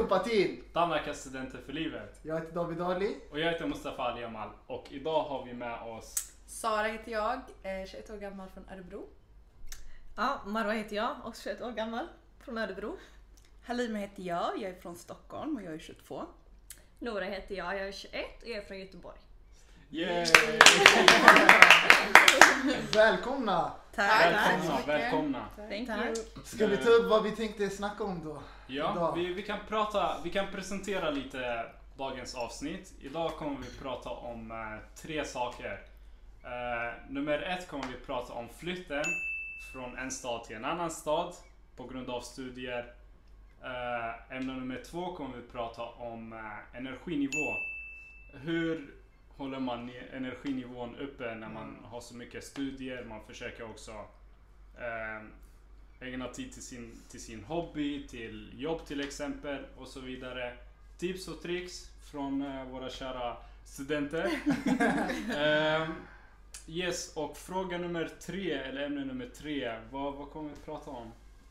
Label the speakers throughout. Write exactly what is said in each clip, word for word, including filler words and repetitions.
Speaker 1: Allihopa till
Speaker 2: Danmarksstudenter för livet.
Speaker 1: Jag heter David Ali.
Speaker 2: Och jag heter Mustafa Ali Jamal. Och idag har vi med oss
Speaker 3: Sara heter jag, tjugoett år gammal från Örebro.
Speaker 4: Ja, Marwa heter jag, också tjugoett år gammal från Örebro.
Speaker 5: Halima heter jag, jag är från Stockholm och jag är tjugotvå.
Speaker 6: Nora heter jag, jag är tjugoett och jag är från Göteborg.
Speaker 2: Yay!
Speaker 1: Välkomna!
Speaker 5: Tack!
Speaker 2: Välkomna, välkomna.
Speaker 5: Thank
Speaker 4: Tack.
Speaker 5: you.
Speaker 1: Ska vi ta upp vad vi tänkte snacka om då?
Speaker 2: Ja,
Speaker 1: Idag.
Speaker 2: vi, vi kan prata, vi kan presentera lite dagens avsnitt. Idag kommer vi prata om eh, tre saker. Eh, nummer ett kommer vi prata om flytten från en stad till en annan stad på grund av studier. Eh, ämne nummer två kommer vi prata om eh, energinivå. Hur håller man energinivån uppe när man har så mycket studier? Man försöker också eh, ägna tid till sin, till sin hobby, till jobb till exempel och så vidare. Tips och tricks från eh, våra kära studenter. eh, yes, och fråga nummer tre, eller ämne nummer tre, vad, vad kommer vi prata om?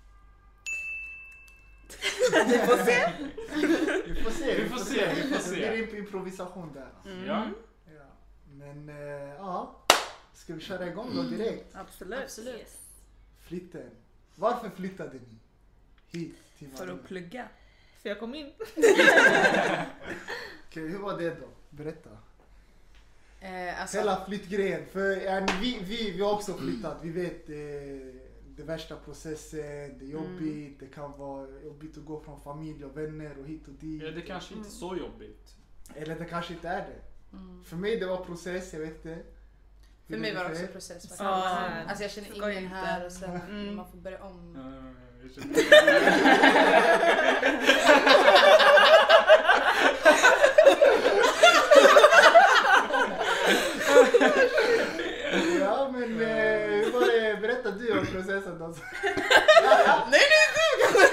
Speaker 1: Vi får se! Vi får se,
Speaker 2: Vi får se, vi får se.
Speaker 1: Det blir improvisation där.
Speaker 5: Mm.
Speaker 2: Ja?
Speaker 1: Ja. Men eh, ja, ska vi köra igång då direkt?
Speaker 5: Absolut.
Speaker 3: Absolut.
Speaker 6: Yes.
Speaker 1: Flytten. Varför flyttade ni hit till
Speaker 5: För
Speaker 1: Malmö?
Speaker 5: att plugga.
Speaker 4: För jag kom in.
Speaker 1: Okej, hur var det då? Berätta.
Speaker 3: Eh, alltså,
Speaker 1: Hela flyttgrejen. För ja, vi, vi, vi har också flyttat. Vi vet eh, det värsta processen, det är jobbigt.
Speaker 5: Mm.
Speaker 1: Det kan vara jobbigt att gå från familj och vänner och hit och dit.
Speaker 2: Ja, det kanske inte är så jobbigt.
Speaker 1: Eller det kanske inte är det.
Speaker 3: mm.
Speaker 1: För mig det var process, jag vet inte.
Speaker 3: För mig var det också en process faktiskt.
Speaker 4: Ja.
Speaker 3: Alltså jag känner
Speaker 5: Ska
Speaker 3: ingen
Speaker 5: inte.
Speaker 3: här och sen
Speaker 5: Mm.
Speaker 3: man får börja om.
Speaker 2: Eh, jag känner-
Speaker 1: Ja men eh, hur var det? Berätta du om processen då.
Speaker 3: Nej, nej, du!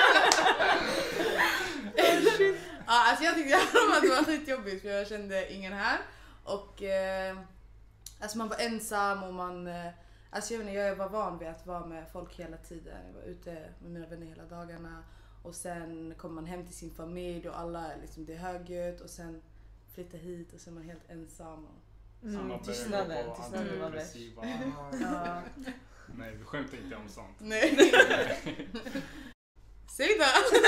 Speaker 3: Ja, alltså jag tyckte att det var skitjobbigt för jag kände ingen här. Och eh, alltså man var ensam och man... Eh, alltså jag, vet inte, jag var van vid att vara med folk hela tiden. Jag var ute med mina vänner hela dagarna. Och sen kommer man hem till sin familj och alla liksom, det är högljutt. Och sen flyttar hit och sen är man helt ensam. Och,
Speaker 2: Så man
Speaker 4: Mm,
Speaker 2: börjar
Speaker 4: tystnaden,
Speaker 2: gå på
Speaker 4: tystnaden var värst.
Speaker 2: antidepressiva.
Speaker 3: ja.
Speaker 2: Nej, vi skämtar inte om sånt.
Speaker 3: Nej. Säg det!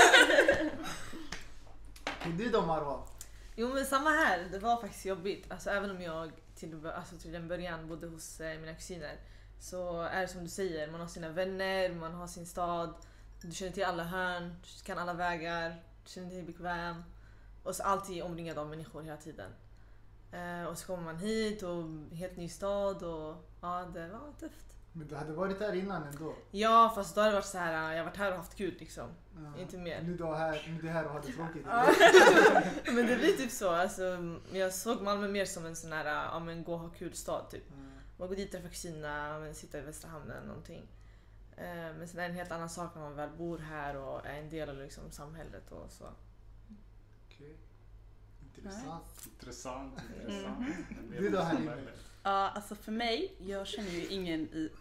Speaker 1: Och du då Marwa?
Speaker 4: Jo men samma här, det var faktiskt jobbigt. Alltså även om jag till, alltså, till en början bodde hos eh, mina kusiner. Så är det som du säger, man har sina vänner, man har sin stad. Du känner till alla hörn, du kan alla vägar, du känner dig bekväm. Och så alltid omringad av människor hela tiden. Eh, och så kommer man hit och helt ny stad och ja, det var tufft.
Speaker 1: Men du hade varit här innan ändå?
Speaker 4: Ja, fast då har det varit så här, jag har varit här och haft kul liksom.
Speaker 1: Ja.
Speaker 4: Inte mer.
Speaker 1: Nu, du är här, nu är du här och hade tråkigt.
Speaker 4: Men det blir typ så, alltså, jag såg Malmö mer som en sån här, ja men gå och ha kul stad typ.
Speaker 1: Mm.
Speaker 4: Man går dit, träffar kusina, men sitta i Västra hamnen eller någonting. Eh, men sen är det en helt annan sak när man väl bor här och är en del av liksom samhället och så.
Speaker 1: Okej. Intressant.
Speaker 2: Intressant, intressant. En del
Speaker 1: Du då,
Speaker 2: av
Speaker 1: Halima?
Speaker 2: samhället.
Speaker 5: Ja, alltså för mig, jag känner ju ingen i...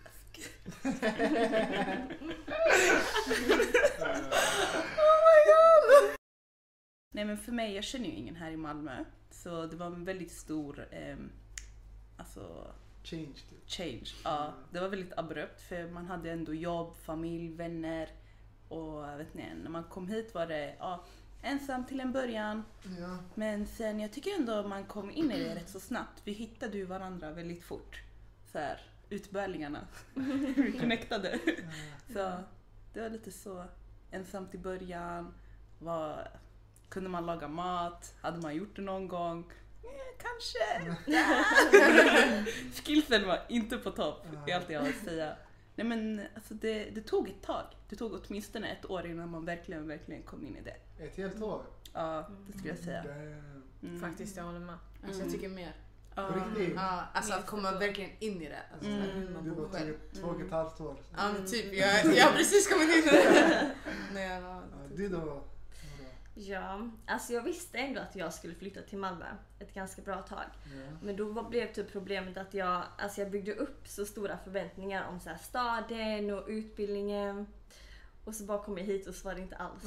Speaker 5: Nej men för mig, jag känner ju ingen här i Malmö. Så det var en väldigt stor ehm, alltså,
Speaker 1: Change typ.
Speaker 5: change. Ja, det var väldigt abrupt för man hade ändå jobb, familj, vänner. Och vet ni, när man kom hit var det ja, ensam till en början.
Speaker 1: Ja.
Speaker 5: Men sen jag tycker ändå man kom in i det rätt så snabbt. Vi hittade ju varandra väldigt fort. Så här, utbärlingarna. Vi connectade. Så det var lite så ensamt i början. Var, kunde man laga mat? Hade man gjort det någon gång? Eh, kanske. Skillsen var inte på topp. Det är allt jag har att säga. Nej men alltså det, det tog ett tag. Det tog åtminstone ett år innan man verkligen, verkligen kom in i det.
Speaker 1: Ett helt år?
Speaker 5: Ja, det skulle jag säga.
Speaker 1: Damn.
Speaker 5: Mm.
Speaker 4: Faktiskt, jag håller med.
Speaker 3: Alltså jag tycker mer.
Speaker 1: På
Speaker 5: Ja.
Speaker 1: riktigt?
Speaker 3: Ja, alltså att komma verkligen in i det. Alltså
Speaker 5: Mm.
Speaker 3: hur man
Speaker 1: Du
Speaker 3: bor
Speaker 1: var
Speaker 3: själv.
Speaker 1: två och ett halvt år.
Speaker 3: Ja men typ, jag, jag har precis kommit in i det. Nej, ja,
Speaker 1: Ja, du då? Marwa?
Speaker 6: Ja, alltså jag visste ändå att jag skulle flytta till Malmö ett ganska bra tag.
Speaker 1: Ja.
Speaker 6: Men då var, blev typ problemet att jag, alltså jag byggde upp så stora förväntningar om så här staden och utbildningen. Och så bara kom jag hit och så var det inte alls.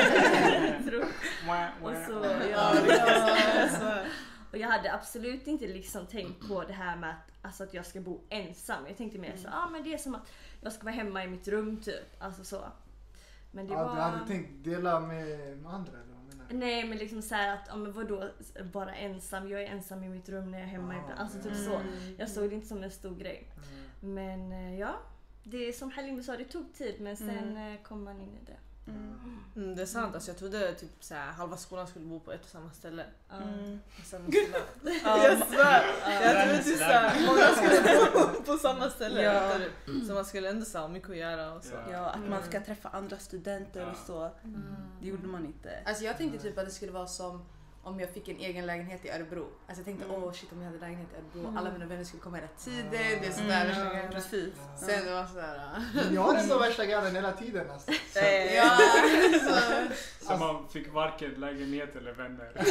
Speaker 6: och så, ja, ja, och jag hade absolut inte liksom tänkt på det här med att, alltså att jag ska bo ensam. Jag tänkte mer så, ja ah, men det är som att jag ska vara hemma i mitt rum typ. Alltså så. Men det
Speaker 1: ja,
Speaker 6: var...
Speaker 1: du hade tänkt dela med, med andra eller?
Speaker 6: Nej, men liksom så här att, ja men vadå, bara ensam, jag är ensam i mitt rum när jag är hemma ibland. Alltså typ så. Jag såg det inte som en stor grej. Men ja, det är som Halim sa, det tog tid men sen mm. kom man in i det.
Speaker 4: Mm. Mm, det är sant, alltså jag trodde typ så här, halva skolan skulle bo på ett och samma ställe.
Speaker 6: Mm.
Speaker 4: Och sen måste man... jag svär! Jag trodde typ såhär, många skulle bo på samma ställe. Ja. Så man skulle ändå ha mycket att göra och så.
Speaker 5: Ja, att mm. man ska träffa andra studenter ja. och så. Mm. Det gjorde man inte.
Speaker 3: Alltså jag tänkte typ att det skulle vara som om jag fick en egen lägenhet i Örebro. Alltså jag tänkte, åh mm. oh, shit om jag hade lägenhet i Örebro. Mm. Alla mina vänner skulle komma hela tiden. Det är sådär.
Speaker 5: Mm. Precis.
Speaker 3: Sen det var sådär.
Speaker 1: Men jag hade så värsta grejen hela tiden alltså.
Speaker 3: Så. Ja. Så,
Speaker 2: så alltså. Man fick varken lägenhet eller vänner.
Speaker 3: det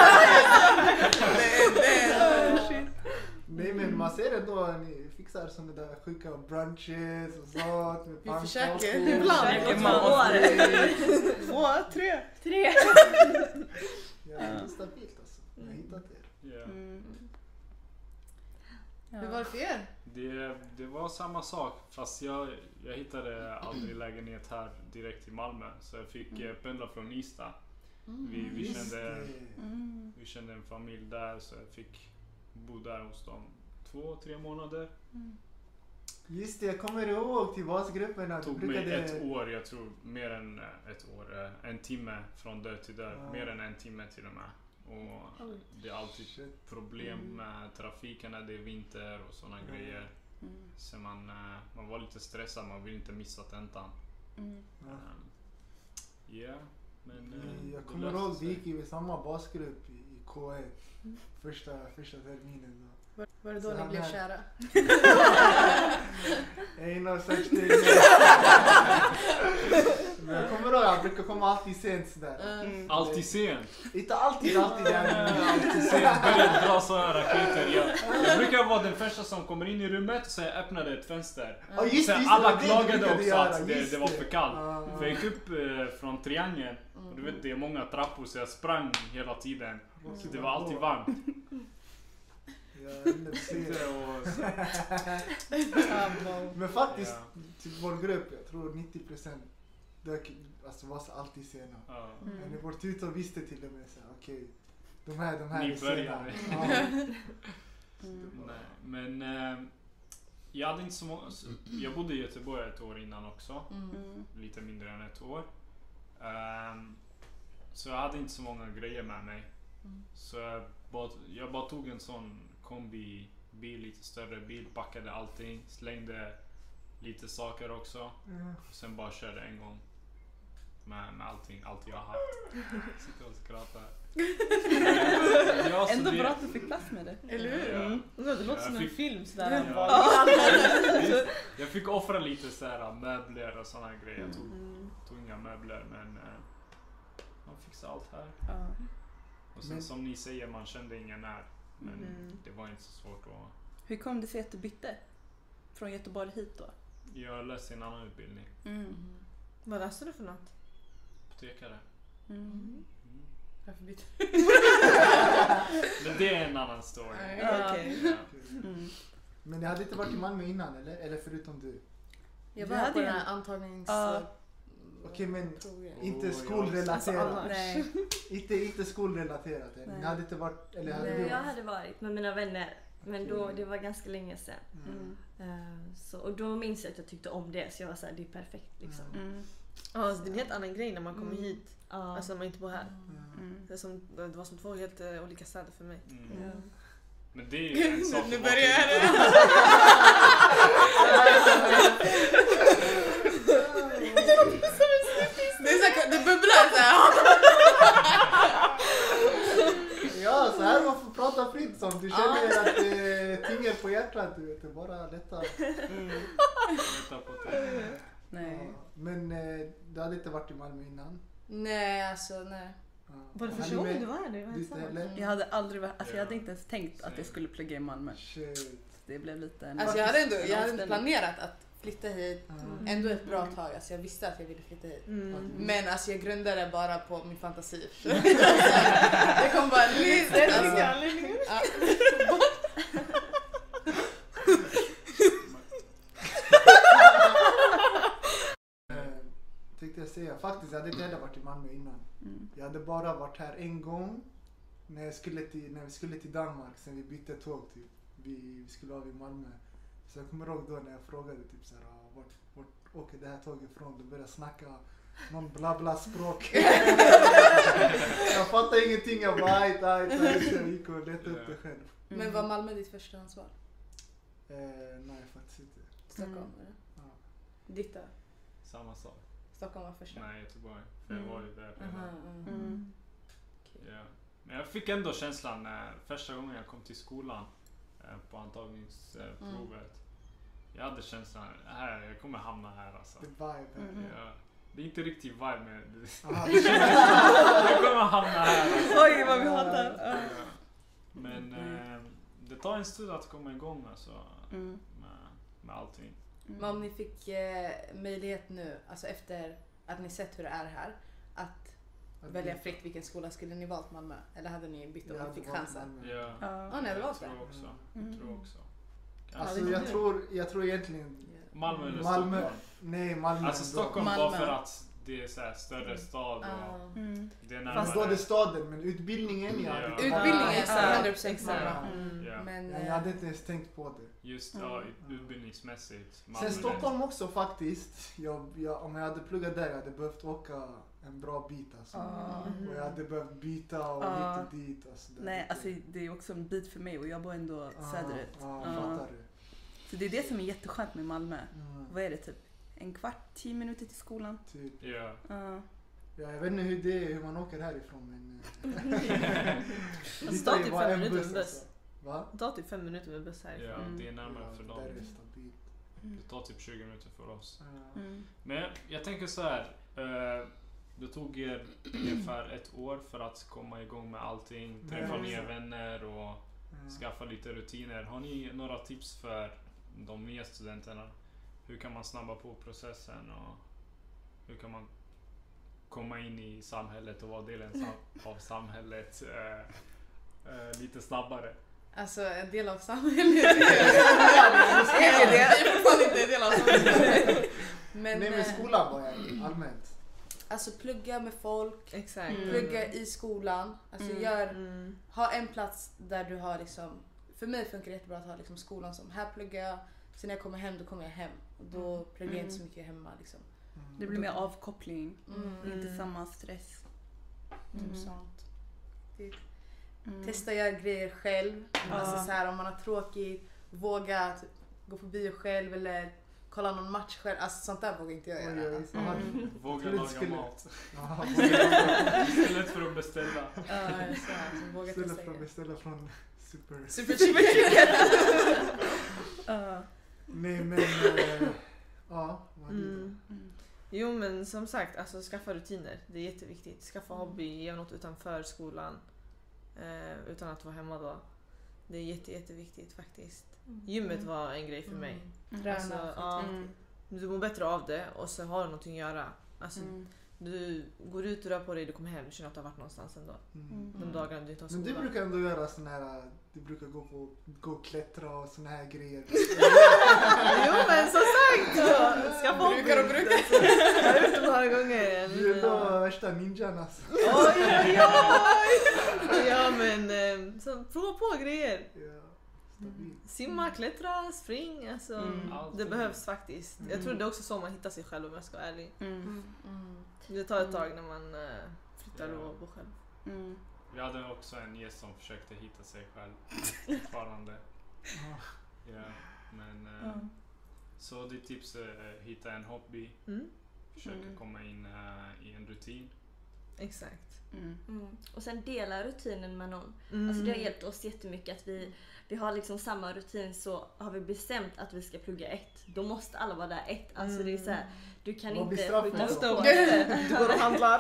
Speaker 3: är det. Shit.
Speaker 1: Nej men man ser ändå, ni fixar sådana där sjuka brunches och sånt.
Speaker 3: Vi försöker.
Speaker 6: Ibland.
Speaker 5: Två, tre.
Speaker 6: Tre.
Speaker 1: Ja, det är stabilt alltså. Jag har hittat er.
Speaker 2: Yeah.
Speaker 5: Mm. Ja.
Speaker 3: Hur var det för er?
Speaker 2: Det, det var samma sak fast jag, jag hittade aldrig lägenhet här direkt i Malmö. Så jag fick mm. pendla från Ystad. Mm. Vi, vi, kände, mm. vi kände en familj där så jag fick bo där hos dem två, tre månader.
Speaker 5: Mm.
Speaker 1: Just det, jag kommer ihåg till basgrupperna.
Speaker 2: Det tog mig ett år, jag tror mer än ett år. En timme från dörr till dörr. Ja. Mer än en timme till och med. Och det är alltid problem med trafiken när det är vinter och sådana mm. grejer. Mm. Så man, man var lite stressad, man vill inte missa tentan.
Speaker 5: Mm.
Speaker 1: Ja.
Speaker 2: Um, yeah, men,
Speaker 1: uh, jag kommer ihåg, vi gick i samma basgrupp i, i K ett. Mm. Första, första terminen då.
Speaker 3: Var, var det då ni blev kära?
Speaker 1: En och sex Men jag kommer ihåg, jag brukar komma alltid sent sådär.
Speaker 2: Mm. Alltid sent?
Speaker 1: Inte alltid, alltid där.
Speaker 2: Alltid sent, börjar dra sådana raketer. Jag, jag brukar vara den första som kommer in i rummet och så jag öppnade ett fönster.
Speaker 1: Oh, just,
Speaker 2: så
Speaker 1: just,
Speaker 2: alla
Speaker 1: det,
Speaker 2: klagade
Speaker 1: det
Speaker 2: också
Speaker 1: göra,
Speaker 2: att det, det var för kallt.
Speaker 1: Ah.
Speaker 2: För jag gick upp eh, från triangeln och du vet det är många trappor så jag sprang hela tiden. Mm. Så det var alltid varmt.
Speaker 1: Men faktiskt, ja. Till vår grupp, jag tror nittio procent dök, alltså var så alltid sena. Ja. Mm. Men vår tutor visste till och med så okej, okay, de här, de här
Speaker 2: Ni
Speaker 1: är sena. Ja.
Speaker 2: Mm. Nej, men äh, jag hade inte så många, jag bodde i Göteborg ett år innan också. Mm. Lite mindre än ett år. Um, så jag hade inte så många grejer med mig. Mm. Så jag bara, jag bara tog en sån kombi bil, lite större bil, packade allting, slängde lite saker också. Mm. Och sen bara körde en gång med, med allting, allt jag har haft. Sitter och skrattar.
Speaker 5: Ja, ändå det... bra att du fick plats med det.
Speaker 3: Eller hur?
Speaker 4: Ja. Mm. Det låter
Speaker 2: jag
Speaker 4: som
Speaker 2: fick...
Speaker 4: en film sådär. Ja.
Speaker 2: Ja. Jag fick offra lite såhär möbler och såna grejer. Jag tog, mm. tog inga möbler men eh, man fixade allt här.
Speaker 5: Ja.
Speaker 2: Och sen men... som ni säger, man kände ingen när. Men mm. det var inte så svårt att...
Speaker 5: Hur kom det sig att du bytte från Göteborg hit då?
Speaker 2: Jag läste en annan utbildning.
Speaker 5: Mm. Mm.
Speaker 4: Vad läste du för något?
Speaker 2: Apotekare.
Speaker 5: Mm. Mm.
Speaker 3: Varför bytte
Speaker 2: Men det är en annan story.
Speaker 5: Ja, okay. Ja.
Speaker 1: Mm. Men det hade inte varit i Malmö innan eller? Eller förutom du?
Speaker 3: Jag var på den här antagnings... Uh.
Speaker 1: Okej, men inte skolrelaterat.
Speaker 3: Alltså, nej.
Speaker 1: inte, inte skolrelaterat. Ni hade inte varit, eller hade
Speaker 6: nej,
Speaker 1: du?
Speaker 6: Jag hade varit med mina vänner. Men då, det var ganska länge sedan. Mm. Uh, så, och då minns jag att jag tyckte om det. Så jag var såhär, det är perfekt liksom.
Speaker 4: Mm. Ja, alltså, det är en helt annan grej när man kommer mm. hit.
Speaker 6: Uh.
Speaker 4: Alltså när man inte bor här.
Speaker 5: Mm.
Speaker 4: Det, som, det var som två helt uh, olika städer för mig.
Speaker 2: Mm.
Speaker 6: Mm.
Speaker 2: Men det är ju en sak.
Speaker 3: Nu börjar det. Det är så det bubblar så här.
Speaker 1: Ja, så här man får prata fritt som du känner att det eh, tynger på hjärtat, du vet, det bara lätta.
Speaker 2: Mm. Lätta på det.
Speaker 5: Nej.
Speaker 1: Ja, men eh, du hade inte varit i Malmö innan?
Speaker 3: Nej, alltså nej.
Speaker 4: Ja. Var det första gången du var här? Du var
Speaker 5: mm. Jag hade aldrig varit, alltså jag hade inte ens tänkt att jag skulle plugga i Malmö.
Speaker 1: Shit.
Speaker 5: Det blev lite en...
Speaker 3: Alltså jag hade ändå, jag hade inte planerat att flytta hit.
Speaker 1: Mm.
Speaker 3: Ändå ett bra tag. Alltså jag visste att jag ville flytta hit.
Speaker 4: Mm.
Speaker 3: Men alltså jag grundade det bara på min fantasi. Det kom bara lite. Alltså, ja.
Speaker 1: Tänkte jag säga. Faktiskt, jag hade inte heller varit i Malmö innan.
Speaker 5: Mm.
Speaker 1: Jag hade bara varit här en gång. När, jag skulle till, när vi skulle till Danmark, sen vi bytte tåg typ. Vi, vi skulle av i Malmö. Så jag kommer ihåg då när jag frågade typ såhär, vart, vart åker det här tåget ifrån? De började snacka någon bla bla språk. Jag fattade ingenting, jag bara ajt, ajt, ajt. Jag gick och letade upp det själv.
Speaker 3: Men var Malmö ditt första ansvar?
Speaker 1: Eh, nej, faktiskt inte.
Speaker 3: Stockholm
Speaker 5: Mm.
Speaker 3: eller?
Speaker 1: Ja.
Speaker 3: Ditt då?
Speaker 2: Samma sak.
Speaker 3: Stockholm var första?
Speaker 2: Nej, Göteborg. För jag var ju där redan.
Speaker 3: Aha, mm.
Speaker 5: Mm.
Speaker 2: Ja. Men jag fick ändå känslan när första gången jag kom till skolan eh, på antagningsprovet.
Speaker 3: Mm.
Speaker 2: Jag hade känslan, här, jag kommer hamna här alltså.
Speaker 1: The vibe.
Speaker 5: Mm.
Speaker 2: Ja. Det är inte riktigt vibe med det.
Speaker 1: Aha,
Speaker 2: Jag kommer hamna här alltså.
Speaker 5: Oj vad vi hatar.
Speaker 2: Ja. Men eh, det tar en stund att komma igång alltså,
Speaker 5: Mm.
Speaker 2: med, med allting.
Speaker 3: Men om ni fick eh, möjlighet nu, alltså efter att ni sett hur det är här, att välja fritt, vilken skola skulle ni valt Malmö? Eller hade ni bytt om
Speaker 1: Ja,
Speaker 3: ni fick
Speaker 1: det var
Speaker 3: chansen?
Speaker 1: Malmö.
Speaker 2: Ja,
Speaker 5: Ja.
Speaker 3: Ja, ni hade valt
Speaker 2: jag
Speaker 3: det?
Speaker 2: tror också.
Speaker 5: Mm.
Speaker 2: Jag tror också.
Speaker 1: Alltså
Speaker 3: det är
Speaker 1: jag
Speaker 3: det.
Speaker 1: tror, jag tror egentligen
Speaker 2: Malmö eller
Speaker 1: Malmö.
Speaker 2: Stockholm?
Speaker 1: Nej, Malmö.
Speaker 2: Alltså
Speaker 1: ändå.
Speaker 2: Stockholm
Speaker 5: Malmö.
Speaker 2: bara för att det är så här större stad och
Speaker 3: Ja.
Speaker 5: Mm.
Speaker 2: det är
Speaker 1: Fast då är det
Speaker 2: närmare.
Speaker 1: staden, men utbildningen
Speaker 2: Ja.
Speaker 1: ja.
Speaker 3: Utbildningen är
Speaker 5: Ja,
Speaker 3: så hundra procent
Speaker 5: exakt.
Speaker 3: Malmö.
Speaker 5: Mm.
Speaker 2: Ja.
Speaker 3: Men,
Speaker 1: Ja,
Speaker 3: eh,
Speaker 1: jag hade inte ens tänkt på det.
Speaker 2: Just
Speaker 5: Mm.
Speaker 2: ja, utbildningsmässigt. Malmö
Speaker 1: Sen
Speaker 2: är-
Speaker 1: Stockholm också faktiskt. Jag, jag, om jag hade pluggat där, jag hade behövt åka en bra bit alltså.
Speaker 5: Ja.
Speaker 1: Och jag hade behövt byta och
Speaker 5: Ja.
Speaker 1: hit och dit. Alltså, det
Speaker 5: Nej,
Speaker 1: är
Speaker 5: alltså
Speaker 1: lite-
Speaker 5: det är också en bit för mig och jag bor ändå
Speaker 1: Ja,
Speaker 5: söderut.
Speaker 1: Ja,
Speaker 5: Ja.
Speaker 1: fattar du.
Speaker 5: Så det är det som är jätteskönt med Malmö.
Speaker 1: Mm,
Speaker 5: Vad är det typ? En kvart, tio minuter till skolan?
Speaker 1: typ.
Speaker 2: Ja.
Speaker 5: Ja.
Speaker 1: Ja, jag vet inte hur det är, hur man åker härifrån men...
Speaker 4: Det
Speaker 1: Dit
Speaker 4: tar
Speaker 1: är ju
Speaker 4: typ
Speaker 1: bara
Speaker 4: fem
Speaker 1: en
Speaker 4: minuter
Speaker 1: buss,
Speaker 4: med buss.
Speaker 1: alltså. Va?
Speaker 4: Det tar typ fem minuter med buss härifrån.
Speaker 2: Ja,
Speaker 5: Mm.
Speaker 2: det är närmare
Speaker 1: Ja,
Speaker 2: för
Speaker 1: det
Speaker 2: dem.
Speaker 1: där är stabilt.
Speaker 2: Det tar typ tjugo minuter för oss.
Speaker 1: Ja.
Speaker 5: Mm.
Speaker 2: Men jag, jag tänker så här. Eh, det tog er ungefär ett år för att komma igång med allting. Träffa
Speaker 1: Mm.
Speaker 2: nya vänner och
Speaker 1: Mm.
Speaker 2: skaffa lite rutiner. Har ni några tips för de nya studenterna? Hur kan man snabba på processen och hur kan man komma in i samhället och vara delen sam- av samhället eh, eh, lite snabbare?
Speaker 3: alltså en del av samhället. Är vi det? Vi är fortfarande inte en del av samhället. Men,
Speaker 1: Nej men
Speaker 3: eh,
Speaker 1: skolan var jag allmänt.
Speaker 3: alltså plugga med folk,
Speaker 4: Exakt.
Speaker 5: Mm.
Speaker 3: plugga i skolan. Alltså
Speaker 5: Mm.
Speaker 3: gör,
Speaker 4: Mm.
Speaker 3: ha en plats där du har liksom, för mig funkar det jättebra att ha liksom skolan som, här pluggar jag, sen när jag kommer hem då kommer jag hem. Och då pluggar jag inte så mycket hemma liksom.
Speaker 1: Mm.
Speaker 5: Det blir mer avkoppling,
Speaker 3: Mm.
Speaker 5: inte samma stress.
Speaker 3: Mm.
Speaker 5: Mm.
Speaker 3: Sånt. Det,
Speaker 5: Mm.
Speaker 3: testa göra grejer själv.
Speaker 5: Ja.
Speaker 3: Alltså så här, om man har tråkigt, våga typ, gå på bio själv eller kolla någon match själv. Alltså sånt där vågar inte jag
Speaker 1: Oj,
Speaker 3: göra.
Speaker 1: oj,
Speaker 3: Alltså.
Speaker 1: aha.
Speaker 5: Mm.
Speaker 2: Våga
Speaker 1: Tror du
Speaker 2: laga
Speaker 1: skulle-
Speaker 2: mat
Speaker 1: Ja, våga-
Speaker 2: istället för att beställa.
Speaker 3: Ja, så här, så våga
Speaker 1: Istället
Speaker 3: testa
Speaker 1: för att
Speaker 3: grejer.
Speaker 1: beställa från Super...
Speaker 3: Super chicken!
Speaker 5: Ja.
Speaker 1: Nej men... Äh, ja, vad är det då?
Speaker 4: Mm.
Speaker 5: Mm.
Speaker 4: Jo men som sagt, alltså skaffa rutiner. Det är jätteviktigt. Skaffa hobby, göra något utanför skolan. Eh, utan att vara hemma då. Det är jätte, jätteviktigt faktiskt. Gymmet
Speaker 3: Mm.
Speaker 4: var en grej för mig.
Speaker 5: Mm.
Speaker 3: Träna.
Speaker 4: Alltså, ja,
Speaker 5: Mm.
Speaker 4: du mår bättre av det och så har du någonting att göra. Alltså,
Speaker 5: Mm.
Speaker 4: du går ut och rör på dig, du kommer hem, du känner att du har varit någonstans ändå.
Speaker 1: Mm.
Speaker 4: De dagarna du inte har
Speaker 1: Men
Speaker 4: skolan.
Speaker 1: du brukar ändå göra sån här, du brukar gå på, gå och klättra och såna här grejer.
Speaker 4: Jo men som sagt! så Skaffa hobby.
Speaker 3: Brukar och brukar.
Speaker 4: Jag har gjort det några gånger.
Speaker 1: Du är då värsta ninjan alltså.
Speaker 4: Oj, oj, oj! Ja men eh, så prova på grejer.
Speaker 1: Ja, stabilt.
Speaker 4: Simma, klättra, spring. Alltså,
Speaker 5: Mm.
Speaker 2: Allt.
Speaker 4: det behövs faktiskt. Jag
Speaker 1: Mm.
Speaker 4: tror det är också så man hittar sig själv om jag ska vara ärlig.
Speaker 5: Mm.
Speaker 3: Mm.
Speaker 4: Det tar ett tag när man eh, flyttar
Speaker 2: Ja.
Speaker 4: och bor själv.
Speaker 5: Mm.
Speaker 2: Vi hade också en gäst som försökte hitta sig själv fortfarande.
Speaker 1: Ja.
Speaker 2: Ja, men eh,
Speaker 5: Ja.
Speaker 2: så ditt tips är att hitta en hobby,
Speaker 4: Mm.
Speaker 2: försöka
Speaker 5: Mm.
Speaker 2: komma in eh, i en rutin.
Speaker 4: Exakt.
Speaker 5: Mm.
Speaker 6: Mm. Och sen dela rutinen med någon.
Speaker 4: Mm.
Speaker 6: Alltså det har hjälpt oss jättemycket att vi, vi har liksom samma rutin, så har vi bestämt att vi ska plugga ett. Då måste alla vara där ett. Alltså det är så här, du kan
Speaker 1: Vad blir
Speaker 6: inte
Speaker 1: straffet
Speaker 6: skjuta
Speaker 1: då?
Speaker 6: upp
Speaker 4: Stå
Speaker 6: på
Speaker 4: det. Du går och handlar.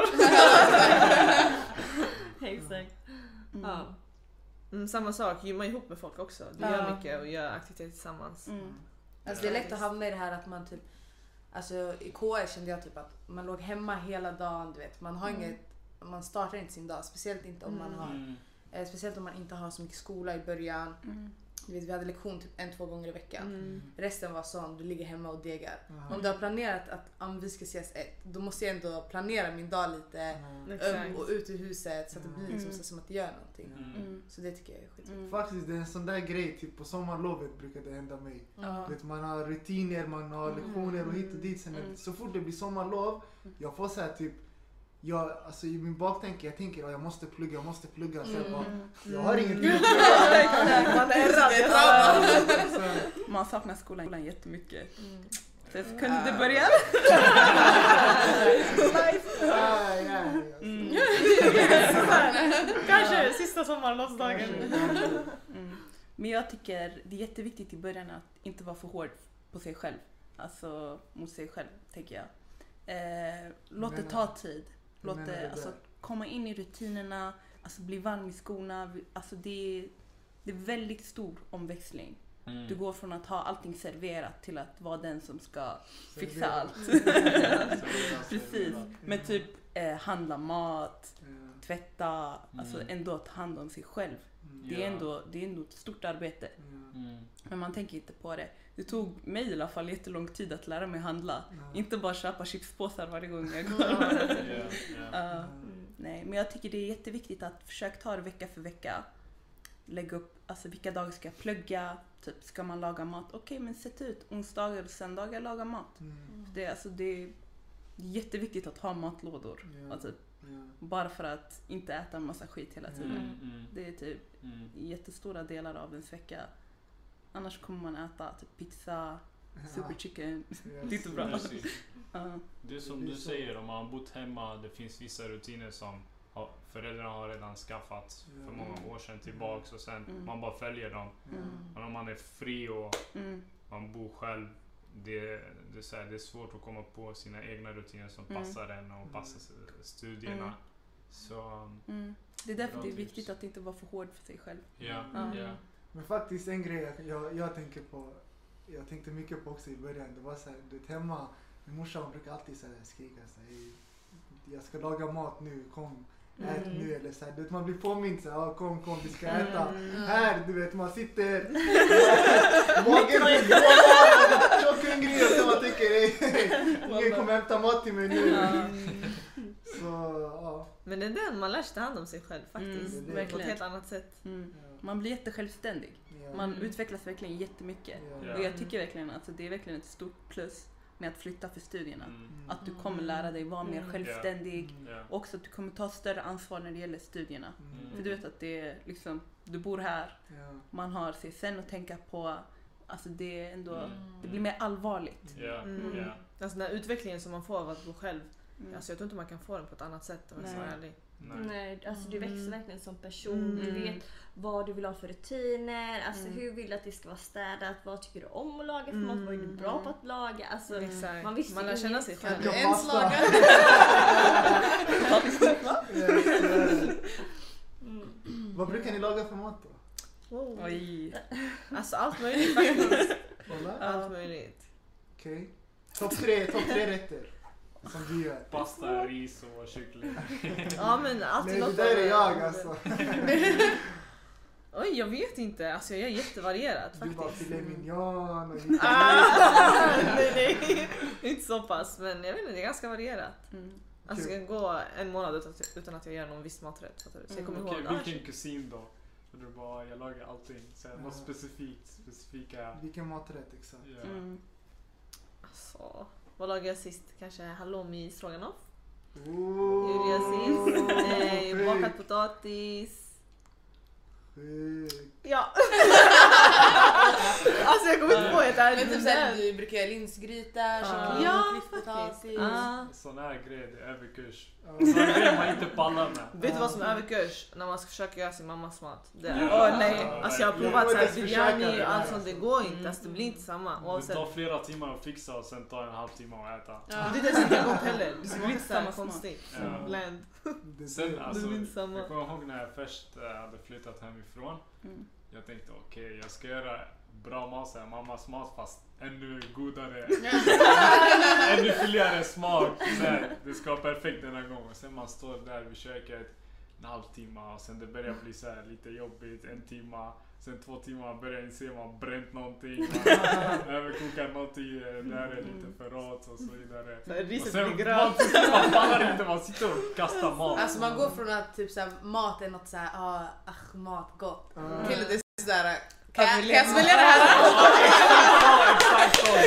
Speaker 6: Exakt.
Speaker 5: Mm.
Speaker 6: Ja.
Speaker 4: Mm, samma sak, gymma ihop med folk också. Det
Speaker 5: Ja.
Speaker 4: gör mycket och gör aktiviteter tillsammans.
Speaker 5: Mm.
Speaker 3: Alltså det är lätt att hamna i det här att man typ, alltså i K S kände jag typ att man låg hemma hela dagen, du vet. Man har
Speaker 5: Mm.
Speaker 3: inget, man startar inte sin dag, speciellt inte om man
Speaker 5: Mm.
Speaker 3: har,
Speaker 2: Mm.
Speaker 3: eh, speciellt om man inte har så mycket skola i början.
Speaker 5: Mm.
Speaker 3: Du vet, vi hade lektion typ en, två gånger i veckan.
Speaker 5: Mm.
Speaker 3: Resten var sån, du ligger hemma och degar.
Speaker 1: Aha.
Speaker 3: Om du har planerat att om vi ska ses ett, då måste jag ändå planera min dag lite
Speaker 1: Ja.
Speaker 4: Exakt.
Speaker 3: um, och ut ur huset så att det blir liksom
Speaker 5: Mm.
Speaker 3: så som att det gör någonting.
Speaker 2: Mm.
Speaker 5: Mm.
Speaker 3: Så det tycker jag är skit.
Speaker 5: Mm.
Speaker 1: Faktiskt det är en sån där grej, typ på sommarlovet brukar det hända mig.
Speaker 5: Ja.
Speaker 1: Du vet, man har rutiner, man har lektioner och hit och dit. Sen när-
Speaker 5: Mm.
Speaker 1: så fort det blir sommarlov, jag får så här typ, jag, alltså i min baktänk, jag tänker att jag måste plugga, jag måste plugga. Så jag bara,
Speaker 5: Mm.
Speaker 1: jag har inget
Speaker 5: Mm.
Speaker 1: att plugga.
Speaker 3: Man är rädd.
Speaker 1: Så,
Speaker 5: Man saknar skolan jättemycket.
Speaker 4: Mm.
Speaker 5: Så kunde det börja?
Speaker 1: aj, aj, alltså.
Speaker 5: Mm.
Speaker 4: Kanske sista sommarlovsdagen.
Speaker 1: Kanske.
Speaker 5: Mm. Men jag tycker det är jätteviktigt i början att inte vara för hård på sig själv. Alltså mot sig själv, tänker jag. Eh, låt det
Speaker 1: menar-
Speaker 5: ta tid.
Speaker 1: Hur
Speaker 5: Låt
Speaker 1: menar du
Speaker 5: det, alltså,
Speaker 1: där?
Speaker 5: komma in i rutinerna, alltså bli varm i skorna. Alltså det, är, det är väldigt stor omväxling.
Speaker 2: Mm.
Speaker 5: Du går från att ha allting serverat till att vara den som ska fixa
Speaker 1: Servera.
Speaker 5: allt.
Speaker 2: Servera,
Speaker 5: Precis.
Speaker 2: servera.
Speaker 5: Men typ eh, handla mat,
Speaker 1: Ja.
Speaker 5: tvätta, alltså
Speaker 2: Mm.
Speaker 5: ändå ta hand om sig själv.
Speaker 1: Mm.
Speaker 5: Det är,
Speaker 2: Ja.
Speaker 5: ändå, det är ändå ett stort arbete.
Speaker 1: Ja.
Speaker 2: Mm.
Speaker 5: Men man tänker inte på det. Det tog mig i alla fall jättelång tid att lära mig handla.
Speaker 1: Ja.
Speaker 5: Inte bara köpa chipspåsar varje gång jag går.
Speaker 2: Ja, ja.
Speaker 5: Uh, nej, men jag tycker det är jätteviktigt att försöka ta det vecka för vecka. Lägga upp, alltså vilka dagar ska jag plugga? Typ, ska man laga mat? Okej, men sätt ut onsdagar och söndagar laga mat.
Speaker 1: Mm.
Speaker 5: Det, är- alltså, det är jätteviktigt att ha matlådor.
Speaker 1: Ja.
Speaker 5: Och typ,
Speaker 1: Ja.
Speaker 5: bara för att inte äta en massa skit hela tiden.
Speaker 2: Mm. Mm.
Speaker 5: Det är typ
Speaker 2: Mm.
Speaker 5: jättestora delar av ens vecka. Annars kommer man äta typ pizza, super chicken.
Speaker 1: Ja.
Speaker 5: Det är inte bra.
Speaker 2: Precis.
Speaker 5: Ja.
Speaker 2: Det är som
Speaker 1: Det blir
Speaker 2: du
Speaker 1: så.
Speaker 2: säger, om man har bott hemma, det finns vissa rutiner som har, föräldrarna har redan skaffat för
Speaker 1: Ja.
Speaker 2: många år sedan tillbaks och sen
Speaker 5: Mm.
Speaker 2: man bara följer dem.
Speaker 5: Mm.
Speaker 2: Men om man är fri och
Speaker 5: Mm.
Speaker 2: man bor själv, det, det, är så här, det är svårt att komma på sina egna rutiner som
Speaker 5: Mm.
Speaker 2: passar en och passar s- studierna.
Speaker 5: Mm.
Speaker 2: Så
Speaker 5: Mm. Det är därför
Speaker 2: Bra
Speaker 5: det är
Speaker 2: tips.
Speaker 5: viktigt att inte vara för hård för sig själv.
Speaker 2: ja,
Speaker 5: Mm.
Speaker 2: ja.
Speaker 1: Men faktiskt en grej jag, jag, jag tänker på, jag tänkte mycket på också i början, det var så här, du vet hemma, min morsa hon brukar alltid så här skrika så här, "Hej, jag ska laga mat nu, kom, ät
Speaker 3: Mm.
Speaker 1: nu eller så här, du vet man blir påmind så här, "Ja, kom kom vi ska äta.
Speaker 5: Mm.
Speaker 1: Här, du vet man sitter, magen blir tjockhungrig och så man tänker "Hej, ingen kommer hämta mat till mig nu."
Speaker 5: Ja.
Speaker 1: Så ja.
Speaker 4: Men det är den man lär sig ta hand om sig själv faktiskt.
Speaker 5: Mm,
Speaker 1: det är
Speaker 4: på ett
Speaker 5: verkligen.
Speaker 4: helt annat sätt.
Speaker 5: Mm.
Speaker 1: Ja.
Speaker 5: Man blir jättesjälvständig.
Speaker 1: Ja.
Speaker 5: Man
Speaker 4: Mm.
Speaker 5: utvecklas verkligen jättemycket.
Speaker 1: Ja.
Speaker 5: Och jag tycker verkligen att alltså, det är verkligen ett stort plus med att flytta för studierna.
Speaker 2: Mm.
Speaker 5: Att du kommer lära dig vara mer
Speaker 4: Mm.
Speaker 5: självständig.
Speaker 1: Mm.
Speaker 2: Ja.
Speaker 5: Och också att du kommer ta större ansvar när det gäller studierna.
Speaker 1: Mm.
Speaker 5: För du vet att det är liksom, du bor här,
Speaker 1: Ja.
Speaker 5: man har sig sen att tänka på. Alltså det är ändå,
Speaker 2: Mm.
Speaker 5: det blir mer allvarligt.
Speaker 2: Ja,
Speaker 4: Mm.
Speaker 2: ja.
Speaker 4: Alltså den här utvecklingen som man får av att bo själv.
Speaker 5: Mm.
Speaker 4: Alltså jag tror inte man kan få den på ett annat sätt om jag ska
Speaker 5: Nej.
Speaker 4: vara ärlig.
Speaker 2: Nej.
Speaker 6: Nej, alltså du växer verkligen som person.
Speaker 4: Mm.
Speaker 6: Du vet vad du vill ha för rutiner, alltså
Speaker 5: Mm.
Speaker 6: hur vill du att det ska vara städat, vad tycker du om att laga för mat, vad är du
Speaker 4: Mm.
Speaker 6: bra på att laga. Alltså,
Speaker 4: Exakt.
Speaker 6: man visste
Speaker 4: Man lär känna
Speaker 6: inget.
Speaker 4: sig
Speaker 3: Kan
Speaker 4: själv.
Speaker 3: du
Speaker 1: Ja,
Speaker 3: ens
Speaker 1: pasta.
Speaker 3: laga?
Speaker 6: Mm.
Speaker 1: Vad brukar ni laga för mat då?
Speaker 4: Wow.
Speaker 5: Oj.
Speaker 4: Alltså allt möjligt faktiskt.
Speaker 1: Kolla.
Speaker 4: Allt möjligt.
Speaker 1: Okej. Topp tre, topp tre rätter som du gör.
Speaker 2: Pasta, ris och kyckling.
Speaker 4: Ja men alltid
Speaker 1: Nej, det
Speaker 4: något
Speaker 1: där
Speaker 4: av-
Speaker 1: är jag alltså.
Speaker 4: Oj jag vet inte, alltså jag är jättevarierat
Speaker 1: Du bara
Speaker 4: faktiskt.
Speaker 1: filet mignon och
Speaker 4: Ah, nej, nej. Inte så pass men jag vet inte, det är ganska varierat.
Speaker 5: Mm.
Speaker 4: Alltså det kan gå en månad utan att, utan att jag gör någon viss maträtt. fattar du? Så jag kommer
Speaker 2: Okej,
Speaker 4: ihåg. ah,
Speaker 2: vilken kusin då? För du bara, jag lagar allting. Så här, något
Speaker 1: Ja.
Speaker 2: specifikt, specifika...
Speaker 1: Vilken maträtt exakt?
Speaker 2: Ja.
Speaker 5: Mm.
Speaker 4: Alltså, vad lagade jag sist? Kanske halloumi stroganoff?
Speaker 1: Oh,
Speaker 4: Gjorde jag sist? Nej,
Speaker 1: sjukt,
Speaker 4: bakad potatis.
Speaker 1: sjukt.
Speaker 4: Ja. Alltså jag kommer inte på ett
Speaker 3: Men
Speaker 4: ärligt.
Speaker 3: typ såhär, du brukar göra linsgryta, kyckling,
Speaker 4: Ja,
Speaker 3: klipppotatis.
Speaker 4: Ah.
Speaker 2: Sån här grej, det är överkurs.
Speaker 1: Ja.
Speaker 2: Sån här grej man inte pallar med.
Speaker 4: Vet du vad som är överkurs? När man ska försöka göra sin mammas mat. Det är,
Speaker 2: Ja.
Speaker 4: åh nej, alltså jag har
Speaker 1: Jag
Speaker 4: provat
Speaker 1: får
Speaker 4: såhär
Speaker 1: inte
Speaker 4: biryani
Speaker 1: försöka det
Speaker 4: och allt
Speaker 1: här,
Speaker 4: sånt, det
Speaker 1: alltså.
Speaker 4: går inte. Alltså det blir inte samma.
Speaker 2: Det
Speaker 4: Oavsett.
Speaker 2: tar flera timmar att fixa och sen tar en halvtimme att äta.
Speaker 3: Ja.
Speaker 4: Det är det som inte är gott heller. Det
Speaker 5: blir
Speaker 4: smakar
Speaker 5: inte
Speaker 4: såhär
Speaker 5: samma smak.
Speaker 4: konstigt.
Speaker 2: Ja.
Speaker 4: Bland.
Speaker 1: Det-
Speaker 2: Sen
Speaker 1: det-
Speaker 2: alltså,
Speaker 4: blir inte samma.
Speaker 2: jag kommer ihåg när jag först eh, hade flyttat hemifrån.
Speaker 5: Mm.
Speaker 2: jag tänkte okej, okay, jag ska göra bra mat, så här, mammas mat fast ännu godare. Ännu fler smak. Så här, det ska vara perfekt den här gången. Sen man står där vid köket en halvtimme och sen det börjar bli så här lite jobbigt, en timme. Sen två timmar börjar inse man bränt någonting, man överkokar någonting, där är lite förråd och så vidare.
Speaker 4: Så riset
Speaker 2: Och sen
Speaker 4: blir grönt.
Speaker 2: man, man pallar inte, man sitter och kastar mat.
Speaker 3: Alltså man går från att typ såhär, mat är något såhär, ah, ach, mat gott.
Speaker 1: Mm.
Speaker 3: Till att det är sådär, kan jag, kan
Speaker 4: Överleva.
Speaker 3: jag svälja det här?
Speaker 2: Exakt så,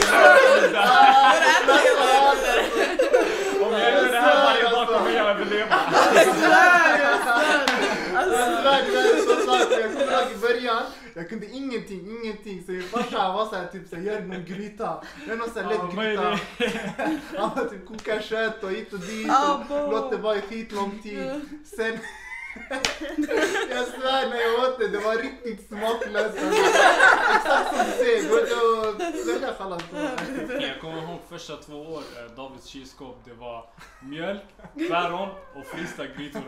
Speaker 2: om jag gör det här varje dag kommer jag överleva.
Speaker 1: Jag svär, det är så sant. Jag kommer ihåg i början, jag kunde ingenting, ingenting. Så farsan var såhär, typ såhär, gör någon gryta. Gör någon såhär lätt gryta. Han var typ koka kött och hit och dit. Och låt det vara i skitlång tid. Sen, jag svär när jag åt det, det var riktigt smaklöst. Exakt som du säger, det var att svälja chalas.
Speaker 2: Jag kommer ihåg första två år, eh, Davids kylskåp, det var mjölk, päron och frysta grytor.